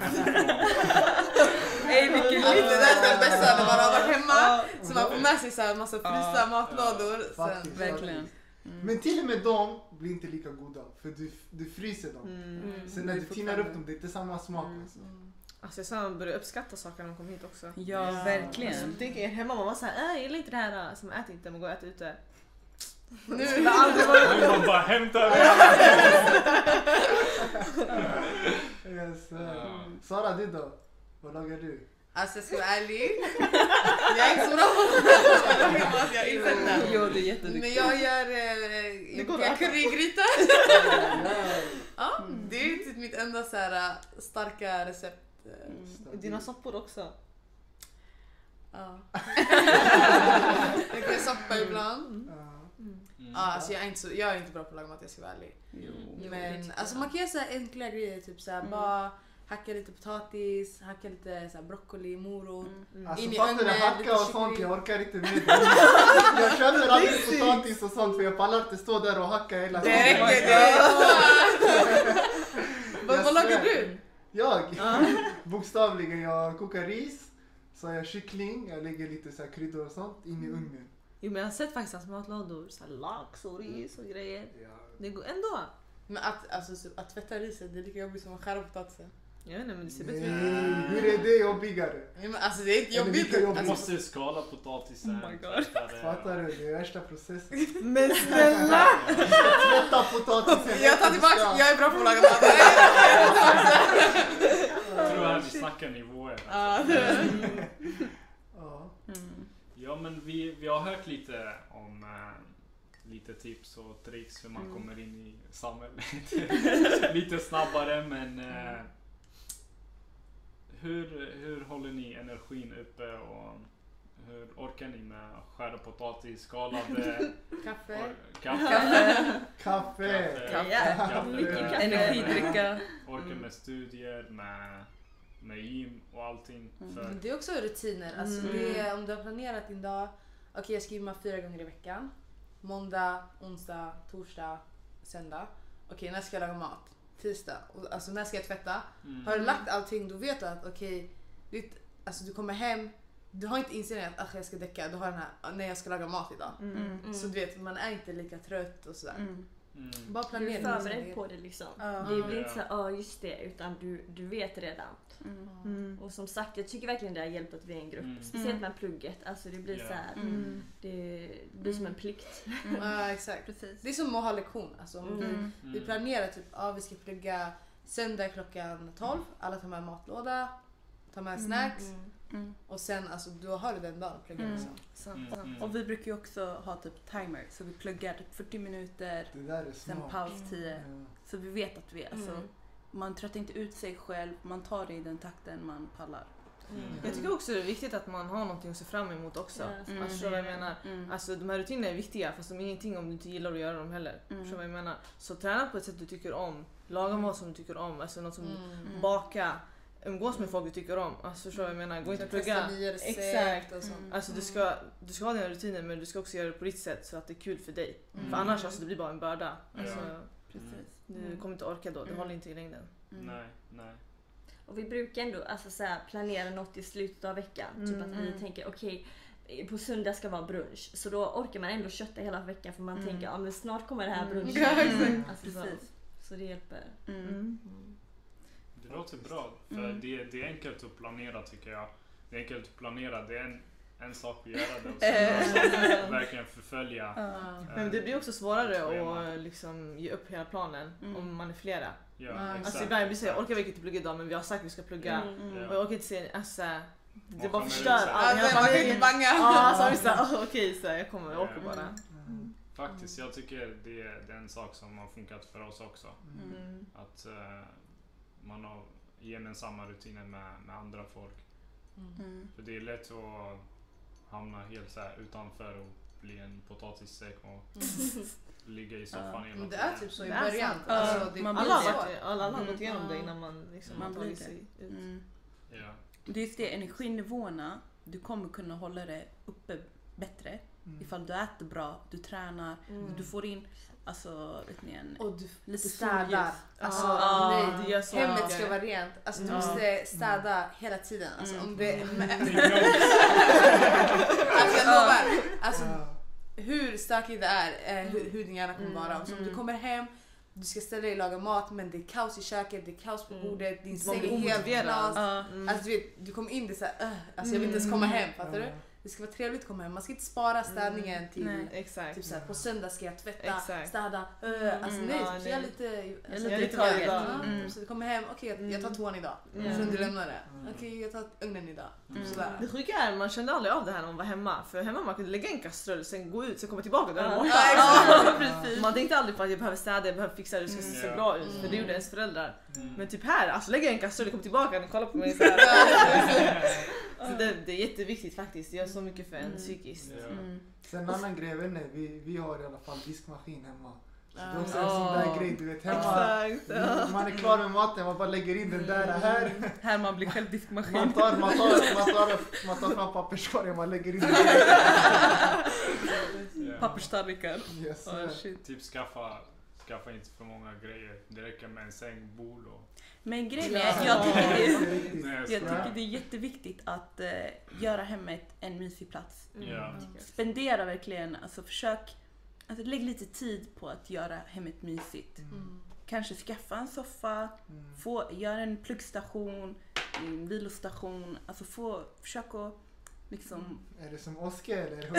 Speaker 3: Ey, vilken lyx! Det där är det bästa när man har varit hemma. Så man får med sig så här massa frysta matlådor.
Speaker 1: Faktiskt.
Speaker 5: Verkligen.
Speaker 1: Men till och med de blir inte lika goda, för du, du fryser dem.
Speaker 5: Mm.
Speaker 1: Sen när du tinar upp dem, det är inte samma smak.
Speaker 5: Mm.
Speaker 1: Alltså.
Speaker 4: Alltså jag sa man börjar uppskatta saker när man kommer hit också.
Speaker 5: Ja,
Speaker 1: Ja.
Speaker 4: Alltså,
Speaker 5: verkligen.
Speaker 4: tänker jag hemma, man var såhär, äh, jag gillar inte det här. Alltså man äter inte, man går och äter ute.
Speaker 3: Nu
Speaker 4: Det har aldrig varit
Speaker 2: Nu man bara hämtar det.
Speaker 1: Yes. uh, Sara, du då? Vad lagar du?
Speaker 3: Alltså jag ska vara ärlig. Jag är inte så bra på att laga mat, jag har insett det.
Speaker 5: Jo, det är jätteduktigt.
Speaker 3: Men jag gör eh,
Speaker 4: Det går
Speaker 3: jag
Speaker 4: att-
Speaker 3: currygryta.
Speaker 1: Ja.
Speaker 3: Ja, det är typ mitt enda så här starka recept.
Speaker 4: Och dina soppor också.
Speaker 3: Ja. Jag kan soppa ibland.
Speaker 1: Ja.
Speaker 2: Mm.
Speaker 3: Ja, alltså jag är inte så, jag är inte bra på att laga mat, jag ska vara ärlig.
Speaker 5: Jo.
Speaker 3: Men alltså man kan göra så här enkla grejer, typ så här,
Speaker 5: Mm.
Speaker 3: bara hacka lite potatis, hacka lite så här broccoli, morot.
Speaker 4: Mm.
Speaker 1: Alltså
Speaker 3: In i
Speaker 1: fattar du,
Speaker 3: ugnen,
Speaker 1: hacka
Speaker 3: lite
Speaker 1: och sånt,
Speaker 3: kyckling.
Speaker 1: jag orkar inte med det. Jag köper aldrig potatis och sånt för jag pallar inte stå där och hacka hela
Speaker 3: Det räcker det! Vad vad lagar du?
Speaker 1: Jag? Bokstavligen, jag kokar ris, så har jag kyckling, jag lägger lite så här kryddor och sånt in i ugnen.
Speaker 4: Jo men jag har sett faktiskt hans matlådor, så här lax och ris och grejer.
Speaker 1: Ja.
Speaker 4: Det går ändå.
Speaker 3: Men att, alltså, så- att tvätta riset, det är lika jobbigt som att skära potatisen.
Speaker 4: Jag vet inte men det ser
Speaker 1: Nej,
Speaker 4: bättre ut.
Speaker 1: hur är det jobbigare?
Speaker 3: Ja, men alltså det är inte
Speaker 1: Eller
Speaker 3: jobbigt.
Speaker 1: lika jobbigt.
Speaker 2: Du
Speaker 3: Alltså,
Speaker 2: måste skala potatisen.
Speaker 5: Oh my God.
Speaker 2: tvätta det.
Speaker 1: Fattar du? Det är värsta processen.
Speaker 4: Men snälla!
Speaker 1: Tvätta potatisen.
Speaker 3: jag tar tillbaka, jag är bra på att laga mat.
Speaker 2: Jag tror att vi snackar nivåer.
Speaker 3: Ja,
Speaker 1: Ja.
Speaker 5: Mm.
Speaker 2: Ja men vi, vi har hört lite om eh, lite tips och tricks hur man
Speaker 5: Mm.
Speaker 2: kommer in i samhället lite snabbare, men eh, hur, hur håller ni energin uppe och hur orkar ni med att skära potatis, skalade
Speaker 3: Kaffe.
Speaker 2: or- kaffe,
Speaker 1: Kaffe.
Speaker 2: kaffe,
Speaker 4: Ja,
Speaker 2: kaffe,
Speaker 4: mycket kaffe.
Speaker 5: Energidricka.
Speaker 2: orkar
Speaker 4: Mm.
Speaker 2: med studier, med, med gym och allting.
Speaker 5: Mm.
Speaker 2: För,
Speaker 3: Det är också rutiner. Alltså,
Speaker 4: Mm.
Speaker 3: det är, om du har planerat din dag. Okej, okay, jag ska gymma fyra gånger i veckan. Måndag, onsdag, torsdag, söndag. Okej, okay, när ska jag laga mat? Tisdag. Och, alltså när ska jag tvätta?
Speaker 2: mm.
Speaker 3: Har du lagt allting, då vet du att okej, okay, alltså, du kommer hem. Du har inte inställningen att jag ska däcka. Du har den här, nej jag ska laga mat idag.
Speaker 4: Mm.
Speaker 5: Mm.
Speaker 3: Så du vet, man är inte lika trött och sådär.
Speaker 5: Mm.
Speaker 2: Mm.
Speaker 3: Bara
Speaker 6: Du
Speaker 3: planera.
Speaker 6: är förberedd på det liksom.
Speaker 5: Ja.
Speaker 6: Det blir inte
Speaker 2: Ja.
Speaker 6: så ja just det, utan du, du vet redan.
Speaker 5: Mm.
Speaker 4: Mm.
Speaker 6: Och som sagt, jag tycker verkligen det har hjälpt att vi är en grupp.
Speaker 2: Mm.
Speaker 6: Speciellt
Speaker 5: Mm.
Speaker 6: med plugget. Alltså det blir
Speaker 2: Ja.
Speaker 6: så här,
Speaker 5: Mm.
Speaker 6: det blir som en plikt.
Speaker 3: Ja, exakt.
Speaker 5: Precis.
Speaker 3: Det är som att ha lektion. Alltså, om vi,
Speaker 5: Mm.
Speaker 3: vi planerar typ, ja, vi ska plugga söndag klockan tolv. Alla tar med matlåda, tar med snacks.
Speaker 6: Mm.
Speaker 5: Mm.
Speaker 3: Och sen alltså, då har du den dagen att plugga.
Speaker 5: Mm.
Speaker 3: Liksom.
Speaker 4: Sant,
Speaker 2: Mm.
Speaker 4: sant.
Speaker 2: Mm.
Speaker 5: Och vi brukar ju också ha typ timer, så vi pluggar typ fyrtio minuter,
Speaker 1: Det där är
Speaker 5: sen
Speaker 1: smart.
Speaker 5: paus tio.
Speaker 1: Ja.
Speaker 5: Så vi vet att vi, alltså,
Speaker 6: Mm.
Speaker 5: man tröttar inte ut sig själv, man tar det i den takten man pallar.
Speaker 2: Mm.
Speaker 4: Jag tycker också det är viktigt att man har någonting att se fram emot också.
Speaker 6: Ja,
Speaker 5: Mm.
Speaker 4: Alltså vad jag menar.
Speaker 5: Mm.
Speaker 4: Alltså de här rutinerna är viktiga fast de är ingenting om du inte gillar att göra dem heller.
Speaker 5: Mm.
Speaker 4: Förstår vad jag menar? Så träna på ett sätt du tycker om. Laga mat som du tycker om. Alltså något som
Speaker 3: Mm.
Speaker 4: baka. Umgås med folk du tycker om. Alltså förstår vad jag menar? Gå inte och plugga.
Speaker 3: Testa nya recept
Speaker 4: Exakt.
Speaker 3: och sånt.
Speaker 5: Mm.
Speaker 4: Alltså du ska, du ska ha dina rutiner men du ska också göra det på ditt sätt så att det är kul för dig.
Speaker 3: Mm.
Speaker 4: För annars alltså det blir bara en börda. Alltså,
Speaker 5: Precis.
Speaker 4: du kommer inte orka då. Det
Speaker 5: Mm.
Speaker 4: håller inte i längden.
Speaker 5: Mm.
Speaker 2: Nej, nej.
Speaker 6: Och vi brukar ändå alltså, så här, planera något i slutet av veckan.
Speaker 4: Mm.
Speaker 6: Typ att vi tänker okej, okay, på söndag ska vara brunch. Så då orkar man ändå kötta hela veckan för man
Speaker 4: Mm.
Speaker 6: tänker ja men snart kommer det här
Speaker 3: Mm.
Speaker 6: brunchen.
Speaker 3: Ja, exakt.
Speaker 6: Mm. Alltså, så,
Speaker 5: Precis.
Speaker 6: så det hjälper.
Speaker 5: Mm.
Speaker 6: Mm.
Speaker 2: Det låter bra, för
Speaker 5: Mm.
Speaker 2: det, det är enkelt att planera tycker jag. Det är enkelt att planera, det är en, en sak att göra det och sen att verkligen förfölja.
Speaker 5: Ja.
Speaker 2: eh,
Speaker 4: Men det blir också svårare
Speaker 2: ett schema.
Speaker 4: att liksom ge upp hela planen
Speaker 5: Mm.
Speaker 4: om man är flera.
Speaker 2: Ja,
Speaker 3: Alltså,
Speaker 2: exakt.
Speaker 4: Alltså ibland blir det så jag orkar vi inte plugga idag men vi har sagt att vi ska plugga.
Speaker 6: Mm.
Speaker 5: Mm.
Speaker 4: Och jag orkar inte se, alltså det
Speaker 2: Och
Speaker 4: bara
Speaker 2: kommer
Speaker 4: förstör
Speaker 2: ut så här.
Speaker 4: allt.
Speaker 3: Alltså,
Speaker 4: Hela
Speaker 3: man kan inte
Speaker 4: familjen.
Speaker 3: banga.
Speaker 4: Ja, så har vi såhär, oh, okej så jag kommer, jag orkar bara.
Speaker 1: Mm.
Speaker 2: Faktiskt, jag tycker det är, det är en sak som har funkat för oss också.
Speaker 1: Mm.
Speaker 4: Mm.
Speaker 2: Att eh, man har gemensamma rutiner med, med andra folk.
Speaker 5: Mm.
Speaker 2: För det är lätt att hamna helt så här utanför och bli en potatissäck och ligga i soffan
Speaker 5: Ja.
Speaker 2: hela
Speaker 3: Men det
Speaker 2: tiden.
Speaker 3: är typ så i
Speaker 4: Det är
Speaker 3: början.
Speaker 4: sant.
Speaker 3: Alltså,
Speaker 5: Ja,
Speaker 3: det
Speaker 5: man
Speaker 3: blir
Speaker 4: Alla har,
Speaker 3: så.
Speaker 4: varit, alla, alla har
Speaker 5: Mm.
Speaker 4: gått igenom det
Speaker 5: Ja.
Speaker 4: innan man liksom
Speaker 5: Man
Speaker 4: har
Speaker 5: blir
Speaker 4: tagit
Speaker 5: det.
Speaker 4: sig ut.
Speaker 5: Mm.
Speaker 2: Ja.
Speaker 5: Det är just det, energinivåerna, du kommer kunna hålla det uppe bättre
Speaker 1: Mm.
Speaker 5: ifall du äter bra, du tränar,
Speaker 6: Mm.
Speaker 5: du får in, alltså vet ni en,
Speaker 3: Och du
Speaker 5: lite
Speaker 3: städar.
Speaker 5: solljus.
Speaker 3: Alltså,
Speaker 4: Ja,
Speaker 3: nej.
Speaker 4: det gör så
Speaker 3: Hemmet
Speaker 4: mycket.
Speaker 3: ska vara rent. Alltså, du
Speaker 4: Ja.
Speaker 3: måste städa hela tiden. Alltså,
Speaker 5: Mm.
Speaker 3: om det,
Speaker 2: Mm.
Speaker 3: alltså, jag lovar. Alltså,
Speaker 1: Ja.
Speaker 3: hur stökigt det är, eh, hur, hur din hjärna kommer
Speaker 4: Mm.
Speaker 3: vara. Så om du
Speaker 5: Mm.
Speaker 3: kommer hem, du ska ställa dig och laga mat men det är kaos i köket, det är kaos på
Speaker 4: Mm.
Speaker 3: bordet, din
Speaker 4: Man
Speaker 3: säng
Speaker 4: blir
Speaker 3: är helt
Speaker 4: omotiverad.
Speaker 3: knas.
Speaker 5: Ja.
Speaker 4: Mm.
Speaker 3: Alltså du vet, du kommer in det såhär, uh, alltså jag vill inte ens komma hem, fattar du? Det ska vara trevligt att komma hem, man ska inte spara städningen till
Speaker 5: Nej.
Speaker 4: Exakt.
Speaker 3: typ såhär, på söndag ska jag tvätta,
Speaker 4: Exakt.
Speaker 3: städa, uh, alltså
Speaker 5: Mm.
Speaker 3: nej,
Speaker 4: Ja,
Speaker 3: så jag är
Speaker 4: nej.
Speaker 3: lite, alltså,
Speaker 5: lite
Speaker 3: jag är
Speaker 4: i taget.
Speaker 3: Ja,
Speaker 5: Mm.
Speaker 3: så du kommer hem, okej jag, jag tar toan idag,
Speaker 4: Mm.
Speaker 3: sen du lämnar det,
Speaker 1: Mm.
Speaker 3: okej jag tar ugnen idag,
Speaker 5: Mm.
Speaker 3: sådär.
Speaker 4: Det sjuka är man kände aldrig av det här när man var hemma. För hemma man kunde lägga en kastrull, sen gå ut, sen komma tillbaka och den är
Speaker 6: Ja.
Speaker 4: borta.
Speaker 3: Ja, exakt.
Speaker 5: Precis.
Speaker 4: Man tänkte aldrig på att jag behöver städa, jag behöver fixa det, det ska
Speaker 5: Mm.
Speaker 4: se
Speaker 2: Ja.
Speaker 4: bra ut. För det
Speaker 3: Mm.
Speaker 4: gjorde ens föräldrar.
Speaker 2: Mm.
Speaker 4: Men typ här, alltså lägger jag en kastrull och kommer tillbaka och kollar på mig såhär. Så det, det är jätteviktigt faktiskt, det gör så mycket för en
Speaker 5: Mm.
Speaker 4: psykiskt.
Speaker 2: Ja.
Speaker 5: Mm.
Speaker 1: Sen en annan grej, jag vet inte, vi, vi har i alla fall diskmaskin hemma. Så det är också
Speaker 3: Ah.
Speaker 1: en sån där
Speaker 4: Ah.
Speaker 1: grej, du vet hemma.
Speaker 4: Exakt. Ja.
Speaker 1: Man är klar med maten, man bara lägger in den där här.
Speaker 5: Här man blir självdiskmaskin.
Speaker 1: Man tar, man tar, man tar, man tar fram papperskorgen, man lägger in den.
Speaker 2: Ja.
Speaker 5: Papperstallrikar.
Speaker 1: Yes.
Speaker 5: Oh, shit.
Speaker 2: Typ skaffa, skaffa inte för många grejer. Det räcker med en säng, bord och...
Speaker 5: Men grejen
Speaker 3: Ja.
Speaker 5: är, jag tycker det är,
Speaker 2: Nej, jag
Speaker 5: jag
Speaker 2: skojar.
Speaker 5: tycker det är jätteviktigt att eh, göra hemmet en mysig plats.
Speaker 2: Ja.
Speaker 5: Spendera verkligen, alltså försök, alltså lägg lite tid på att göra hemmet mysigt.
Speaker 3: Mm.
Speaker 5: Kanske skaffa en soffa,
Speaker 1: Mm.
Speaker 5: få, göra en pluggstation, en vilostation, alltså få, försök att liksom...
Speaker 1: Är det som Oskar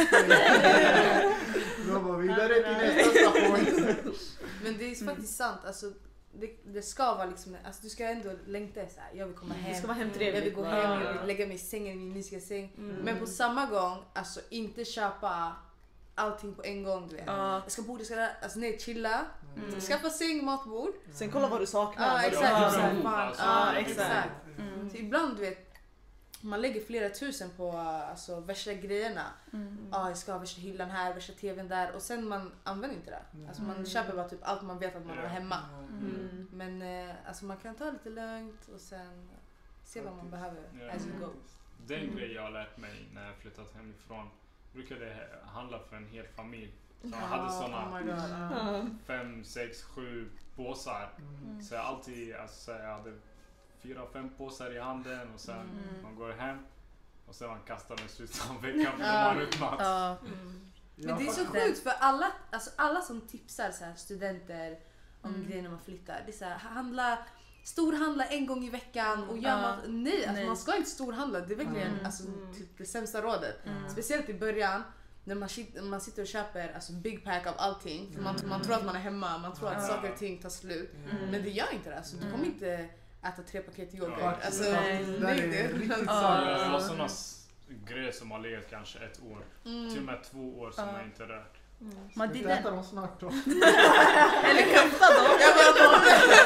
Speaker 1: eller? Då går vi vidare till nästa station.
Speaker 3: Men det är faktiskt sant, alltså det, det ska vara liksom, alltså du ska ändå längta såhär, jag vill komma
Speaker 4: Det
Speaker 3: hem.
Speaker 4: ska vara
Speaker 3: Jag vill
Speaker 4: hemtrevligt.
Speaker 3: gå
Speaker 4: bara.
Speaker 3: hem,
Speaker 2: Ja.
Speaker 3: jag vill lägga mig i sängen i min mysiga säng.
Speaker 6: Mm.
Speaker 3: Men på samma gång, alltså inte köpa allting på en gång du vet.
Speaker 5: Ja.
Speaker 3: Jag ska bo, jag ska, alltså nej chilla,
Speaker 5: Mm.
Speaker 3: skaffa säng, matbord.
Speaker 4: Sen kolla vad du saknar.
Speaker 3: Ja
Speaker 4: vad du
Speaker 3: exakt,
Speaker 4: har.
Speaker 3: exakt.
Speaker 2: behov,
Speaker 3: Fan,
Speaker 2: alltså.
Speaker 3: ja,
Speaker 4: Ja,
Speaker 3: exakt.
Speaker 4: exakt.
Speaker 5: Mm.
Speaker 3: Så ibland du vet, man lägger flera tusen på alltså, värsta grejerna.
Speaker 5: Mm.
Speaker 3: Ja, jag ska ha värsta hyllan här, värsta tvn där och sen man använder inte det.
Speaker 1: Mm.
Speaker 3: Alltså man
Speaker 5: Mm.
Speaker 3: köper bara typ allt man vet att man har
Speaker 2: Ja.
Speaker 3: hemma.
Speaker 4: Mm.
Speaker 3: Men eh, alltså man kan ta lite lugnt och sen se vad man
Speaker 1: Faktiskt.
Speaker 3: behöver
Speaker 2: Ja.
Speaker 3: as you go.
Speaker 2: Den
Speaker 3: Mm.
Speaker 2: grej jag har lärt mig när jag flyttat hemifrån brukade handla för en hel familj. Så jag
Speaker 3: Ja,
Speaker 2: hade såna
Speaker 3: oh my God, ja.
Speaker 6: Ja.
Speaker 2: fem, sex, sju påsar.
Speaker 1: Mm.
Speaker 2: Så jag alltid, alltså jag hade fyra, fem påsar i handen och sen
Speaker 5: Mm.
Speaker 2: man går hem och sen man kastar den i slutet av veckan för
Speaker 3: Ja.
Speaker 2: de har ruttnat.
Speaker 5: Ja.
Speaker 6: Mm.
Speaker 3: Men det är så
Speaker 1: faktiskt.
Speaker 3: sjukt för alla, alltså alla som tipsar så här, studenter om
Speaker 5: Mm.
Speaker 3: grejer när man flyttar. Det är så här, handla, storhandla en gång i veckan och gör
Speaker 5: Ja.
Speaker 3: mat. Nej, alltså
Speaker 5: Nej.
Speaker 3: man ska inte storhandla. Det är verkligen
Speaker 5: Mm.
Speaker 3: alltså,
Speaker 6: Mm.
Speaker 3: typ det sämsta rådet.
Speaker 5: Mm.
Speaker 3: Speciellt i början när man, sit- man sitter och köper alltså, big pack av allting. För man,
Speaker 1: Mm.
Speaker 3: man tror att man är hemma, man tror att
Speaker 2: Ja.
Speaker 3: saker och ting tar slut.
Speaker 1: Mm.
Speaker 3: Men det gör inte det. Alltså, du
Speaker 5: Mm.
Speaker 3: kommer inte äta tre paket yoghurt.
Speaker 2: Ja,
Speaker 3: Alltså,
Speaker 1: faktiskt. Det där
Speaker 3: nej,
Speaker 1: är
Speaker 3: det-
Speaker 1: riktigt
Speaker 3: alltså,
Speaker 1: sant.
Speaker 2: Jag har
Speaker 5: Ja.
Speaker 2: såna s- grejer som har legat kanske ett år,
Speaker 3: mm.
Speaker 2: till och med två år som
Speaker 5: Ja.
Speaker 2: jag inte rört.
Speaker 6: Mm.
Speaker 5: Man,
Speaker 1: Ska
Speaker 5: det
Speaker 1: vi
Speaker 5: är
Speaker 1: äta
Speaker 5: den,
Speaker 1: dem snart då?
Speaker 5: eller kasta dem.
Speaker 3: Jag bara,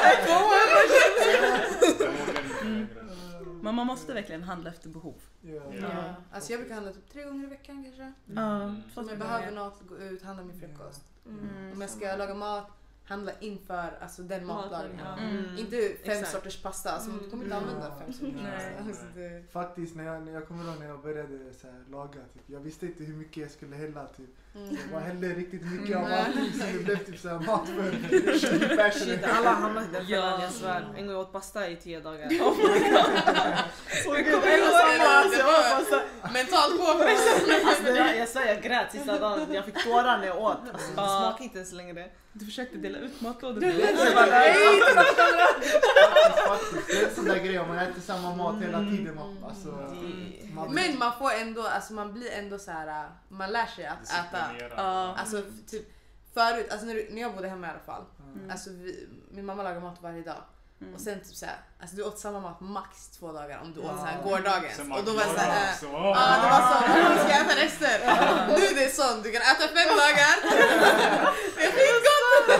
Speaker 2: Jag vågar inte längre.
Speaker 5: Men man måste verkligen handla efter behov.
Speaker 1: Ja.
Speaker 2: Ja.
Speaker 3: ja. Alltså jag brukar handla typ tre gånger i veckan kanske.
Speaker 5: Ja,
Speaker 2: Mm.
Speaker 5: två,
Speaker 3: Om
Speaker 5: tre
Speaker 3: jag behöver
Speaker 5: gånger.
Speaker 3: något, gå ut, handla min frukost.
Speaker 6: Mm.
Speaker 3: Om jag ska laga mat, handla inför alltså, den matlagningen.
Speaker 6: Ja.
Speaker 5: Mm.
Speaker 3: Inte fem
Speaker 4: Exakt.
Speaker 3: sorters pasta, alltså, man kommer inte
Speaker 1: Mm.
Speaker 3: använda fem sorters
Speaker 5: Nej.
Speaker 3: pasta. Alltså, det...
Speaker 1: Faktiskt när jag, när jag kommer ihåg när jag började så här, laga, typ, jag visste inte hur mycket jag skulle hälla. Typ.
Speaker 3: mm.
Speaker 1: Jag bara hällde riktigt mycket av
Speaker 3: Mm.
Speaker 1: allting så det blev typ så här mat för tjugo personer.
Speaker 4: Shit, alla har hamnat i den fällan,
Speaker 5: Ja.
Speaker 4: jag svär. En gång jag åt pasta i tio dagar.
Speaker 5: Oh my god.
Speaker 3: Jag
Speaker 5: gud,
Speaker 3: kommer
Speaker 5: jag
Speaker 3: ihåg
Speaker 5: var-
Speaker 3: det,
Speaker 5: alltså,
Speaker 3: det
Speaker 5: jag var
Speaker 3: var mentalt påfrestande.
Speaker 4: Alltså, det, jag svär, jag grät sista dagen. Jag fick tårar när jag åt. Alltså, det
Speaker 5: Ja.
Speaker 4: smakar inte ens längre.
Speaker 5: Du försökte dela ut matlådor.
Speaker 1: Det är
Speaker 5: Jag bara, nej.
Speaker 1: Faktiskt, faktiskt. Det är en sån där grej om man äter samma mat hela tiden. Man, alltså,
Speaker 4: Det-
Speaker 1: man,
Speaker 3: Men man får ändå, alltså man blir ändå så här, man lär sig att äta.
Speaker 2: Disciplinerad.
Speaker 5: Ja.
Speaker 3: Alltså typ förut, alltså när, du, när jag bodde hemma i alla fall.
Speaker 1: Mm.
Speaker 3: Alltså vi, min mamma lagar mat varje dag.
Speaker 5: Mm.
Speaker 3: Och sen typ såhär, alltså du åt samma mat max två dagar om du åt
Speaker 1: Ja.
Speaker 3: såhär gårdagens.
Speaker 2: Sen
Speaker 3: Och då
Speaker 2: man
Speaker 3: var det
Speaker 2: klarar
Speaker 3: såhär,
Speaker 2: också.
Speaker 3: ja det var så, nu ska jag äta rester. Nu är det sånt, du kan äta fem dagar. Det är skitgott!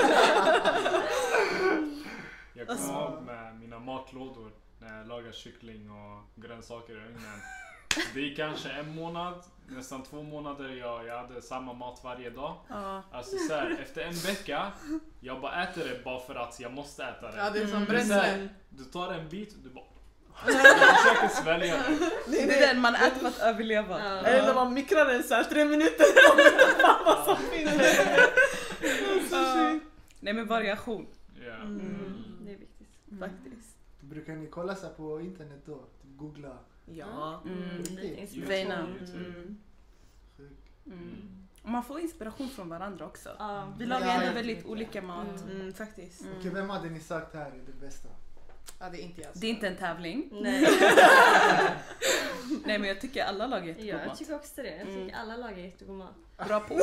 Speaker 2: Jag kommer ihåg med mina matlådor när jag lagar kyckling och grönsaker i ugnen. Det är kanske en månad, nästan två månader jag, jag hade samma mat varje dag.
Speaker 5: Ja.
Speaker 2: Alltså så här, efter en vecka, jag bara äter det bara för att jag måste äta det.
Speaker 3: Ja det är som
Speaker 2: Det är så här,
Speaker 3: bränsle.
Speaker 2: du tar en bit och du bara... Jag försöker svälja det.
Speaker 5: Det är den man äter för att överleva.
Speaker 4: Ja. Eller när man mikrar den såhär tre minuter. Fan vad som finns.
Speaker 5: Ja. Nej men variation
Speaker 2: Ja.
Speaker 4: Mm.
Speaker 6: Det är viktigt.
Speaker 4: Faktiskt.
Speaker 1: brukar ni kolla så här på internet då? Typ googla?
Speaker 4: Ja.
Speaker 5: Mm.
Speaker 6: Lite inspiration.
Speaker 5: Veina.
Speaker 2: YouTube.
Speaker 5: Mm.
Speaker 1: Sjukt.
Speaker 5: Mm. Och man får inspiration från varandra också.
Speaker 6: Ja.
Speaker 5: Vi lagar
Speaker 1: Ja,
Speaker 5: ändå
Speaker 1: ja.
Speaker 5: väldigt olika mat.
Speaker 6: Mm.
Speaker 4: Mm, faktiskt.
Speaker 5: Mm.
Speaker 1: Okej, vem hade ni sagt här är det bästa?
Speaker 3: Ja det är inte jag.
Speaker 5: Det är inte en tävling.
Speaker 6: Nej,
Speaker 5: Nej men jag tycker alla lagar
Speaker 6: ja,
Speaker 5: jättegod
Speaker 6: jag
Speaker 5: mat.
Speaker 6: tycker också det. Jag tycker
Speaker 5: Mm.
Speaker 6: alla lagar jättegod mat.
Speaker 5: Bra på
Speaker 3: Jag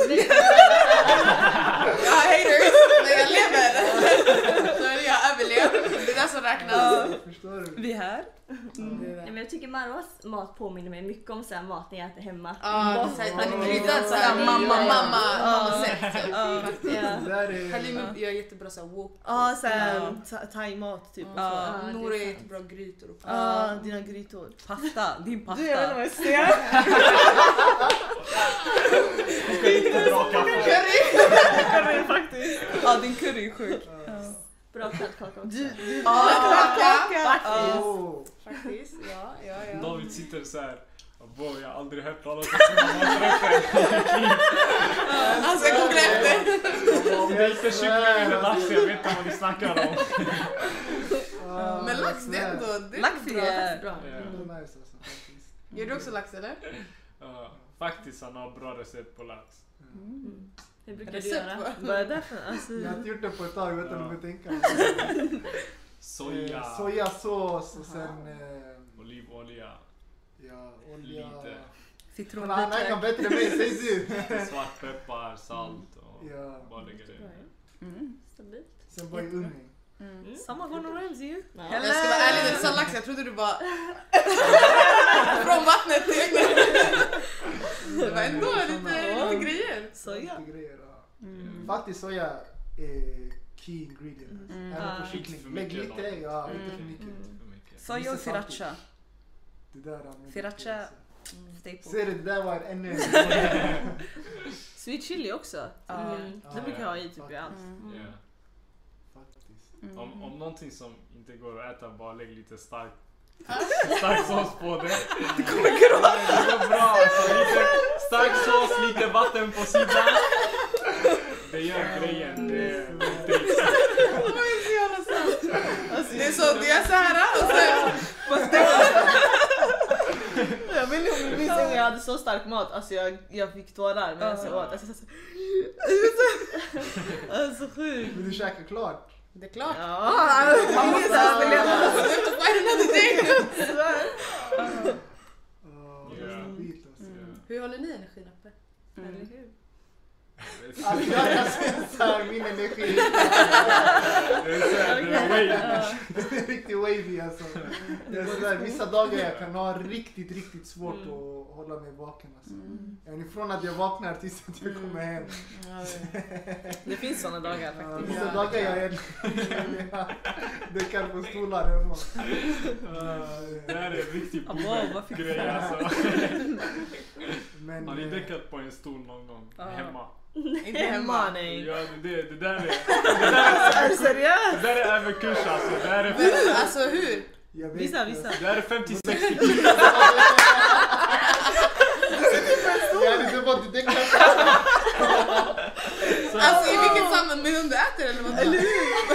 Speaker 3: har haters, men jag lever. Så är det jag överlever. Det är det som räknas.
Speaker 1: Förstår du?
Speaker 5: Vi är här.
Speaker 3: Det är
Speaker 6: Nej,
Speaker 3: det.
Speaker 6: men jag tycker Marwas mat påminner mig mycket om så här mat när jag äter hemma.
Speaker 3: Ja, det är
Speaker 1: Ja.
Speaker 3: såhär kryddat såhär mamma, mamma, mamma sätt.
Speaker 5: Ja.
Speaker 6: Ja.
Speaker 1: Det där är...
Speaker 3: Halimi gör jättebra såhär wok.
Speaker 4: Ja, såhär ta- thai-mat typ.
Speaker 5: Ja.
Speaker 6: Ja, det är
Speaker 3: Nora gör
Speaker 6: sant.
Speaker 3: jättebra grytor och
Speaker 4: Ja, dina grytor.
Speaker 5: Pasta, din
Speaker 4: Du, jag vet inte
Speaker 5: pasta.
Speaker 4: vad jag säger.
Speaker 2: Jag ska inte dra kaffe.
Speaker 4: Curry faktiskt.
Speaker 5: Ja din curry är sjuk.
Speaker 6: Bra kladdkaka också.
Speaker 4: Du, du,
Speaker 3: Ja,
Speaker 4: Faktiskt.
Speaker 1: Oh.
Speaker 3: faktiskt. Ja, ja, ja.
Speaker 2: David sitter så här. Boy, jag har aldrig hört talas om såna maträtter.
Speaker 3: Han ska googla efter.
Speaker 2: Om det inte är kyckling eller lax, jag vet inte vad ni snackar om.
Speaker 1: Ah,
Speaker 3: Men lax det är
Speaker 1: sådär.
Speaker 3: ändå, det är
Speaker 5: Lax
Speaker 3: bra.
Speaker 5: är-
Speaker 6: Bra.
Speaker 2: Ja.
Speaker 1: Det är nice alltså faktiskt.
Speaker 3: Gör du också lax eller?
Speaker 2: Ja, faktiskt han har bra recept på lax.
Speaker 6: Mm. Hur brukar du
Speaker 3: Recept
Speaker 6: göra?
Speaker 3: på.
Speaker 4: Vad är det för? Alltså,
Speaker 1: Jag har inte gjort det på ett tag, vet du
Speaker 2: Ja.
Speaker 1: vad jag tänker?
Speaker 2: Soja,
Speaker 1: Eh, Sojasås och sen... Eh,
Speaker 2: olivolja,
Speaker 1: ja, olja...
Speaker 2: Lite.
Speaker 1: Men han han kan
Speaker 5: Citronvitlök.
Speaker 1: bättre än mig, säg du!
Speaker 2: lite svartpeppar, salt och
Speaker 1: Ja.
Speaker 2: bara lägger
Speaker 6: Bra,
Speaker 2: det.
Speaker 6: ja.
Speaker 5: Mm.
Speaker 6: Stabilt.
Speaker 1: Sen bara i ugnen.
Speaker 5: Mm.
Speaker 6: Mm.
Speaker 4: samma Gordon Ramsay ju.
Speaker 6: Ja.
Speaker 3: Jag ska vara ärlig när du sa lax, jag trodde du bara från vattnet till ugnen. Det var ändå lite, lite grejer.
Speaker 4: Soja.
Speaker 1: Lite grejer, ja.
Speaker 5: Mm.
Speaker 1: Faktiskt soja är key ingredient.
Speaker 5: Mm.
Speaker 1: Även
Speaker 6: Ah.
Speaker 1: på kyckling.
Speaker 2: Inte för
Speaker 1: Lägg
Speaker 2: mycket
Speaker 1: lite,
Speaker 2: då.
Speaker 1: ja, inte för
Speaker 5: Mm.
Speaker 1: mycket.
Speaker 6: Mm.
Speaker 2: För mycket.
Speaker 5: Soja och sriracha.
Speaker 1: Det där använder
Speaker 5: Sriracha.
Speaker 1: jag också.
Speaker 5: Staple.
Speaker 1: Ser du, det där var ännu en.
Speaker 4: Sweet chili också.
Speaker 5: Ja.
Speaker 6: Mm.
Speaker 4: Det brukar jag ha i typ i allt.
Speaker 5: Mm.
Speaker 2: Ja.
Speaker 1: Faktiskt.
Speaker 5: Mm.
Speaker 2: Om, om någonting som inte går att äta, bara lägg lite stark, stark sås på det. Det kommer gå Det går bra alltså. Lite stark sås, lite vatten på sidan. Det gör grejen. Det är tricks.
Speaker 3: Det är så jävla sant. Det är så, det är så här och sen...
Speaker 4: Jag minns jag minns en gång jag hade så stark mat, alltså jag, jag fick tårar medan jag åt. Alltså, så, alltså sjukt.
Speaker 1: Vill du käka klart?
Speaker 3: Det är klart.
Speaker 4: Ja,
Speaker 3: Man måste överleva. Du have to find another day.
Speaker 1: Oh,
Speaker 2: Ja.
Speaker 1: det är stabilt alltså.
Speaker 5: Mm.
Speaker 3: Hur håller ni energin uppe?
Speaker 5: Mm.
Speaker 6: Eller hur?
Speaker 1: Alltså jag kan säga såhär, min energi
Speaker 2: Det är så här, det är way.
Speaker 1: är riktigt wavy alltså. Det är sådär, vissa dagar jag kan ha riktigt, riktigt svårt
Speaker 6: Mm.
Speaker 1: att hålla mig vaken alltså.
Speaker 5: Mm.
Speaker 1: Jag är ifrån att jag vaknar tills att jag kommer hem.
Speaker 4: Det finns såna dagar
Speaker 1: Ja,
Speaker 4: faktiskt.
Speaker 1: vissa
Speaker 3: Ja,
Speaker 1: dagar
Speaker 3: det är
Speaker 1: jag är däckar på stolar hemma.
Speaker 2: Det här är en riktig
Speaker 5: Ah, wow, vad fick
Speaker 2: grej
Speaker 5: jag?
Speaker 2: alltså.
Speaker 1: Men,
Speaker 2: Har ni
Speaker 1: eh,
Speaker 2: däckat på en stol någon gång?
Speaker 5: Ja.
Speaker 2: Hemma?
Speaker 3: Inte hemma.
Speaker 4: nej.
Speaker 2: Ja, det, det där är... Det där
Speaker 4: Är du seriös?
Speaker 2: Det där är överkurs alltså. Det där är,
Speaker 3: Men, alltså hur?
Speaker 1: jag vet,
Speaker 4: Visa, visa.
Speaker 2: det där är femtio sextio kilo.
Speaker 7: Jag hade inte fått det klart.
Speaker 3: Alltså i vilket samband? Men om du äter eller vad? Eller hur?